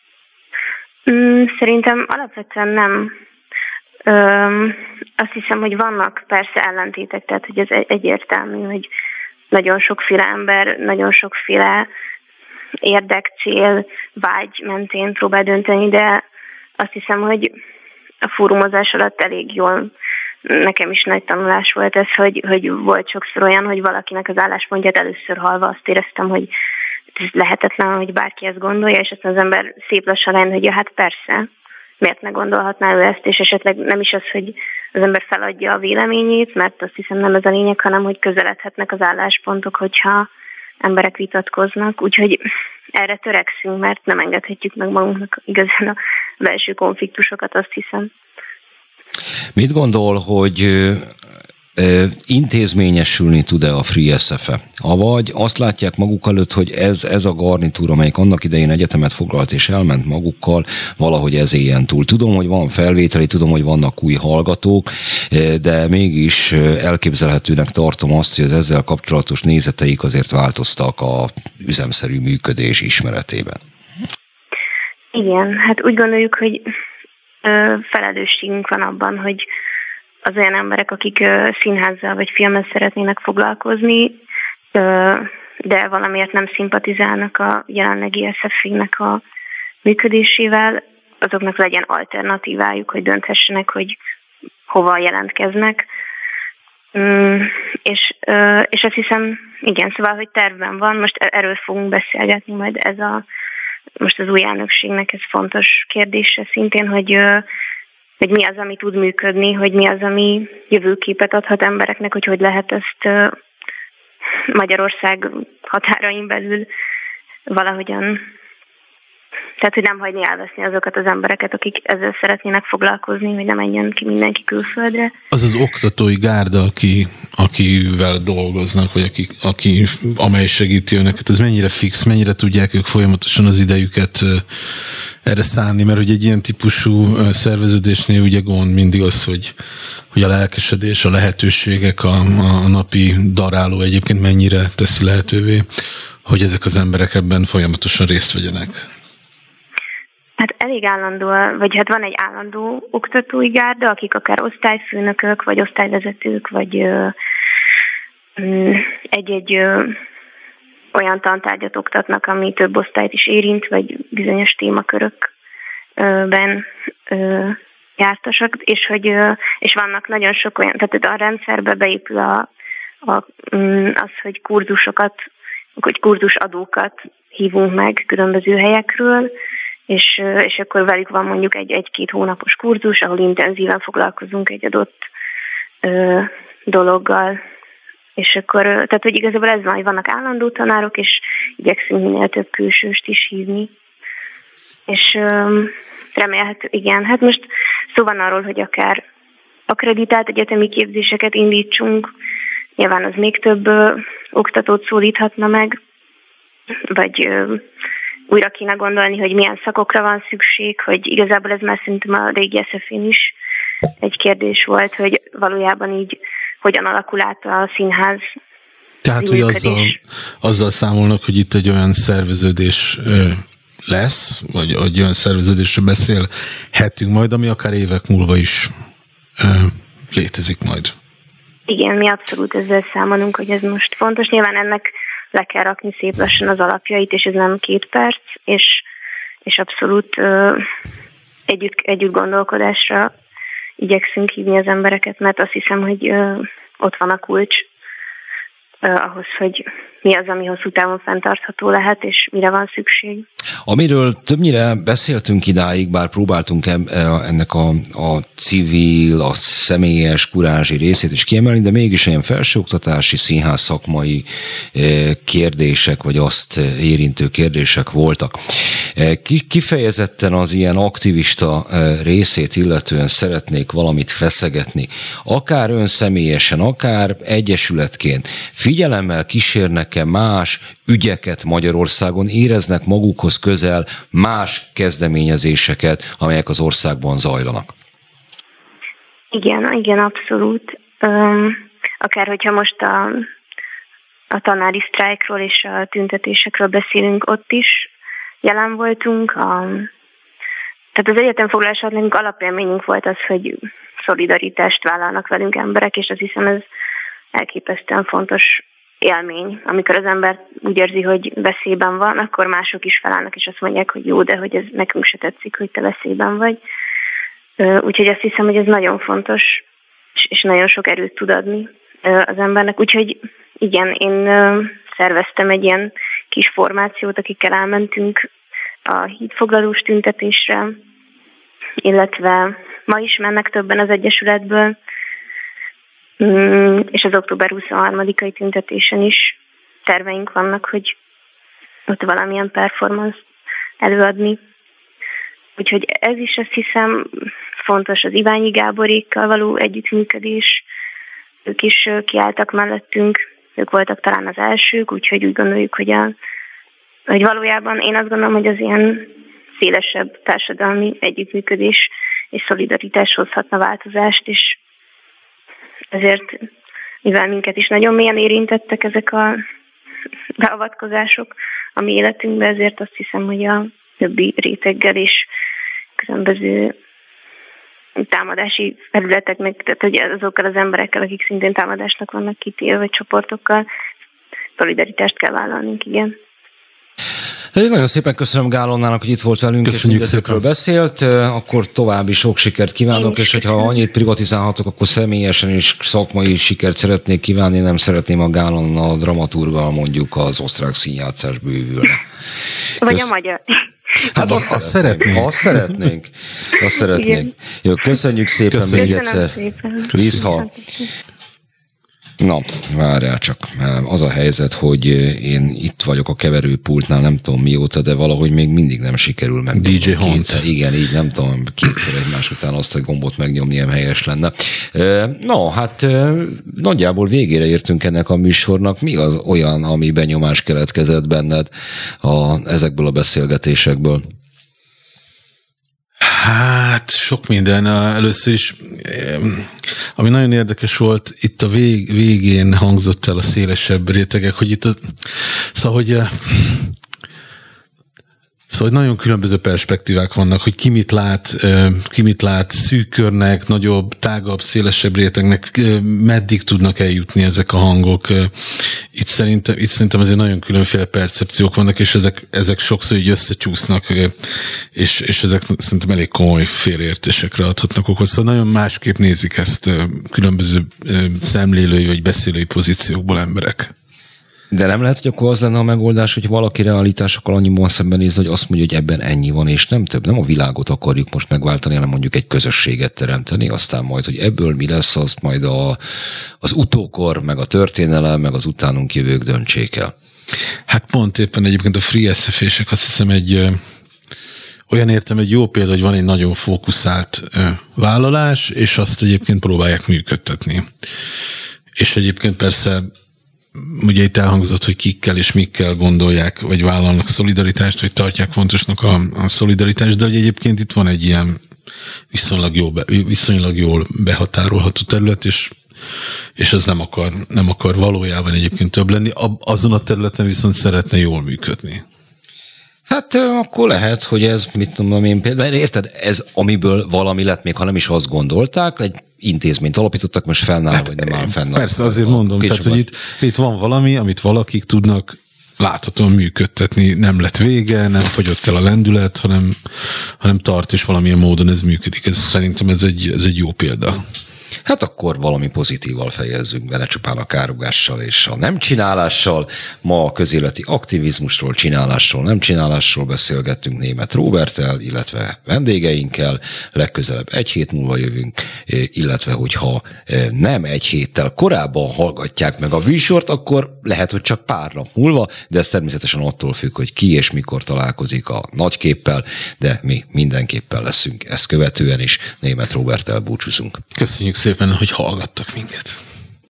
Szerintem alapvetően nem. Öm, azt hiszem, hogy vannak persze ellentétek, tehát hogy ez egyértelmű, hogy nagyon sokféle ember, nagyon sokféle érdek, cél, vágy mentén próbál dönteni, de azt hiszem, hogy a fórumozás alatt elég jól, nekem is nagy tanulás volt ez, hogy, hogy volt sokszor olyan, hogy valakinek az álláspontját először hallva azt éreztem, hogy ez lehetetlen, hogy bárki ezt gondolja, és aztán az ember szép lassan lenne, hogy ja, hát persze, miért ne gondolhatná ő ezt, és esetleg nem is az, hogy az ember feladja a véleményét, mert azt hiszem nem ez a lényeg, hanem hogy közeledhetnek az álláspontok, hogyha emberek vitatkoznak, úgyhogy erre törekszünk, mert nem engedhetjük meg magunknak igazán a belső konfliktusokat, azt hiszem. Mit gondol, hogy intézményesülni tud-e a Free es ef-e? Avagy azt látják maguk előtt, hogy ez, ez a garnitúra, amelyik annak idején egyetemet foglalt és elment magukkal, valahogy ez éljen túl. Tudom, hogy van felvételi, tudom, hogy vannak új hallgatók, de mégis elképzelhetőnek tartom azt, hogy az ezzel kapcsolatos nézeteik azért változtak a üzemszerű működés ismeretében. Igen, hát úgy gondoljuk, hogy felelősségünk van abban, hogy az olyan emberek, akik színházzal vagy filmmel szeretnének foglalkozni, de valamiért nem szimpatizálnak a jelenlegi es ef-nek a működésével, azoknak legyen alternatívájuk, hogy dönthessenek, hogy hova jelentkeznek. És, és azt hiszem, igen, szóval, hogy tervben van, most erről fogunk beszélgetni majd ez a, most az új elnökségnek ez fontos kérdése szintén, hogy hogy mi az, ami tud működni, hogy mi az, ami jövőképet adhat embereknek, hogy hogy lehet ezt Magyarország határain belül valahogyan, tehát hogy nem hagyni elveszni azokat az embereket, akik ezzel szeretnének foglalkozni, hogy nem menjen ki mindenki külföldre. Az az oktatói gárda, aki, akivel dolgoznak, vagy aki, aki, amely segíti önöket, ez mennyire fix, mennyire tudják ők folyamatosan az idejüket erre szánni, mert hogy egy ilyen típusú szerveződésnél ugye gond mindig az, hogy, hogy a lelkesedés, a lehetőségek, a, a napi daráló egyébként mennyire teszi lehetővé, hogy ezek az emberek ebben folyamatosan részt vegyenek? Hát elég állandó, vagy hát van egy állandó oktatói gárda, akik akár osztályfőnökök, vagy osztályvezetők, vagy ö, ö, egy-egy ö, olyan tantárgyat oktatnak, ami több osztályt is érint, vagy bizonyos témakörökben ö, jártasak, és hogy ö, és vannak nagyon sok olyan, tehát a rendszerbe beépül a, a, az, hogy kurzusokat, hogy kurzusadókat hívunk meg különböző helyekről, és, és akkor velük van mondjuk egy, egy-két hónapos kurzus, ahol intenzíven foglalkozunk egy adott ö, dologgal. És akkor, tehát hogy igazából ez van, hogy vannak állandó tanárok, és igyekszünk minél több külsőst is hívni. És ö, remélhető, igen, hát most szó van arról, hogy akár akkreditált egyetemi képzéseket indítsunk, nyilván az még több ö, oktatót szólíthatna meg, vagy ö, újra kéne gondolni, hogy milyen szakokra van szükség, hogy igazából ez már szerintem a régi es ef én is egy kérdés volt, hogy valójában így hogyan alakul át a színház. Tehát, hogy azzal, azzal számolnak, hogy itt egy olyan szerveződés lesz, vagy egy olyan szerveződésről beszélhetünk majd, ami akár évek múlva is létezik majd. Igen, mi abszolút ezzel számolunk, hogy ez most fontos. Nyilván ennek le kell rakni szép lassan az alapjait, és ez nem két perc, és, és abszolút ö, együtt, együtt gondolkodásra igyekszünk hívni az embereket, mert azt hiszem, hogy ö, ott van a kulcs ö, ahhoz, hogy mi az, ami hosszú távon fenntartható lehet, és mire van szükség. Amiről többnyire beszéltünk idáig, bár próbáltunk ennek a, a civil, a személyes, kurázsi részét is kiemelni, de mégis olyan felsőoktatási, színház szakmai kérdések, vagy azt érintő kérdések voltak. Kifejezetten az ilyen aktivista részét illetően szeretnék valamit feszegetni. Akár ön személyesen, akár egyesületként figyelemmel kísérnek-e más ügyeket Magyarországon, éreznek magukhoz közel más kezdeményezéseket, amelyek az országban zajlanak? Igen, igen, abszolút. Um, akár hogyha most a, a tanári sztrájkról és a tüntetésekről beszélünk, ott is jelen voltunk. A, tehát az egyetemfoglalását nekünk alapélményünk volt az, hogy szolidaritást vállalnak velünk emberek, és azt hiszem ez elképesztően fontos élmény. Amikor az ember úgy érzi, hogy veszélyben van, akkor mások is felállnak, és azt mondják, hogy jó, de hogy ez nekünk se tetszik, hogy te veszélyben vagy. Úgyhogy azt hiszem, hogy ez nagyon fontos, és nagyon sok erőt tud adni az embernek. Úgyhogy igen, én szerveztem egy ilyen kis formációt, akikkel elmentünk a hídfoglalós tüntetésre, illetve ma is mennek többen az Egyesületből, és az október huszonharmadikai tüntetésen is terveink vannak, hogy ott valamilyen performance előadni. Úgyhogy ez is, azt hiszem, fontos az Iványi Gáborékkal való együttműködés. Ők is kiálltak mellettünk, ők voltak talán az elsők, úgyhogy úgy gondoljuk, hogy, a, hogy valójában én azt gondolom, hogy az ilyen szélesebb társadalmi együttműködés és szolidaritás hozhatna változást, és ezért, mivel minket is nagyon mélyen érintettek ezek a beavatkozások a mi életünkbe, ezért azt hiszem, hogy a többi réteggel és különböző támadási felületeknek, tehát hogy azokkal az emberekkel, akik szintén támadásnak vannak kitéve, vagy csoportokkal, szolidaritást kell vállalnunk, igen. Nagyon szépen köszönöm Gálonnának, hogy itt volt velünk, Köszönjük és ezekről beszélt. Akkor további sok sikert kívánok, és hogyha annyit privatizálhatok, akkor személyesen is szakmai sikert szeretnék kívánni, nem szeretném a Gálonna dramaturgal mondjuk az osztrák színjátszás bővülne. Vagy Kösz... a magyar. Hát azt, azt szeretnénk. Azt szeretnénk. Azt szeretnénk. Jó, köszönjük szépen köszönjük. még egyszer. Vissza. Na, várjál csak. Az a helyzet, hogy én itt vagyok a keverőpultnál, nem tudom mióta, de valahogy még mindig nem sikerül meg. dé dzsé Hont. Igen, így nem tudom, kétszer egymás után azt a gombot megnyomni, ilyen helyes lenne. No, hát nagyjából végére értünk ennek a műsornak. Mi az olyan, ami benyomás keletkezett benned a, ezekből a beszélgetésekből? Hát, sok minden. Először is, ami nagyon érdekes volt, itt a vég, végén hangzott el a szélesebb rétegek, hogy itt a, Szóval, hogy Szóval nagyon különböző perspektívák vannak, hogy ki mit lát, ki mit lát szűk körnek, nagyobb, tágabb, szélesebb rétegnek, meddig tudnak eljutni ezek a hangok. Itt szerintem, itt szerintem azért nagyon különféle percepciók vannak, és ezek, ezek sokszor így összecsúsznak, és, és ezek szerintem elég komoly félreértésekre adhatnak okot. Szóval nagyon másképp nézik ezt különböző szemlélői vagy beszélői pozíciókból emberek. De nem lehet, hogy akkor az lenne a megoldás, hogy valaki realitásokkal annyiban szembenéz, hogy azt mondja, hogy ebben ennyi van, és nem több. Nem a világot akarjuk most megváltani, hanem mondjuk egy közösséget teremteni, aztán majd, hogy ebből mi lesz, azt majd a, az utókor, meg a történelem, meg az utánunk jövők döntsék el. Hát pont éppen egyébként a Free es ef ések azt hiszem egy olyan értem egy jó példa, hogy van egy nagyon fókuszált vállalás, és azt egyébként próbálják működtetni. És egyébként persze ugye itt elhangzott, hogy kikkel és mikkel gondolják, vagy vállalnak szolidaritást, vagy tartják fontosnak a, a szolidaritást, de hogy egyébként itt van egy ilyen viszonylag, jó, viszonylag jól behatárolható terület, és, és ez nem akar, nem akar valójában egyébként több lenni. Azon a területen viszont szeretne jól működni. Hát akkor lehet, hogy ez, mit tudom én például, érted, ez amiből valami lett, még ha nem is azt gondolták, egy intézményt alapítottak, most fennáll, hát, vagy nem áll fennáll. Persze, azért mondom, tehát, hogy itt, itt van valami, amit valakik tudnak láthatóan működtetni, nem lett vége, nem fogyott el a lendület, hanem, hanem tart, és valamilyen módon ez működik. Ez, szerintem ez egy, ez egy jó példa. Hát akkor valami pozitívval fejezzünk be, ne csupán a károgással és a nem csinálással. Ma a közéleti aktivizmusról, csinálásról, nem csinálásról beszélgettünk Németh Róberttel, illetve vendégeinkkel. Legközelebb egy hét múlva jövünk, illetve hogyha nem egy héttel korábban hallgatják meg a műsort, akkor lehet, hogy csak pár nap múlva, de ez természetesen attól függ, hogy ki és mikor találkozik a nagyképpel, de mi mindenképpen leszünk ezt követően is. Németh Róberttel búcsúzunk. Köszönjük szépen, hogy hallgattak minket.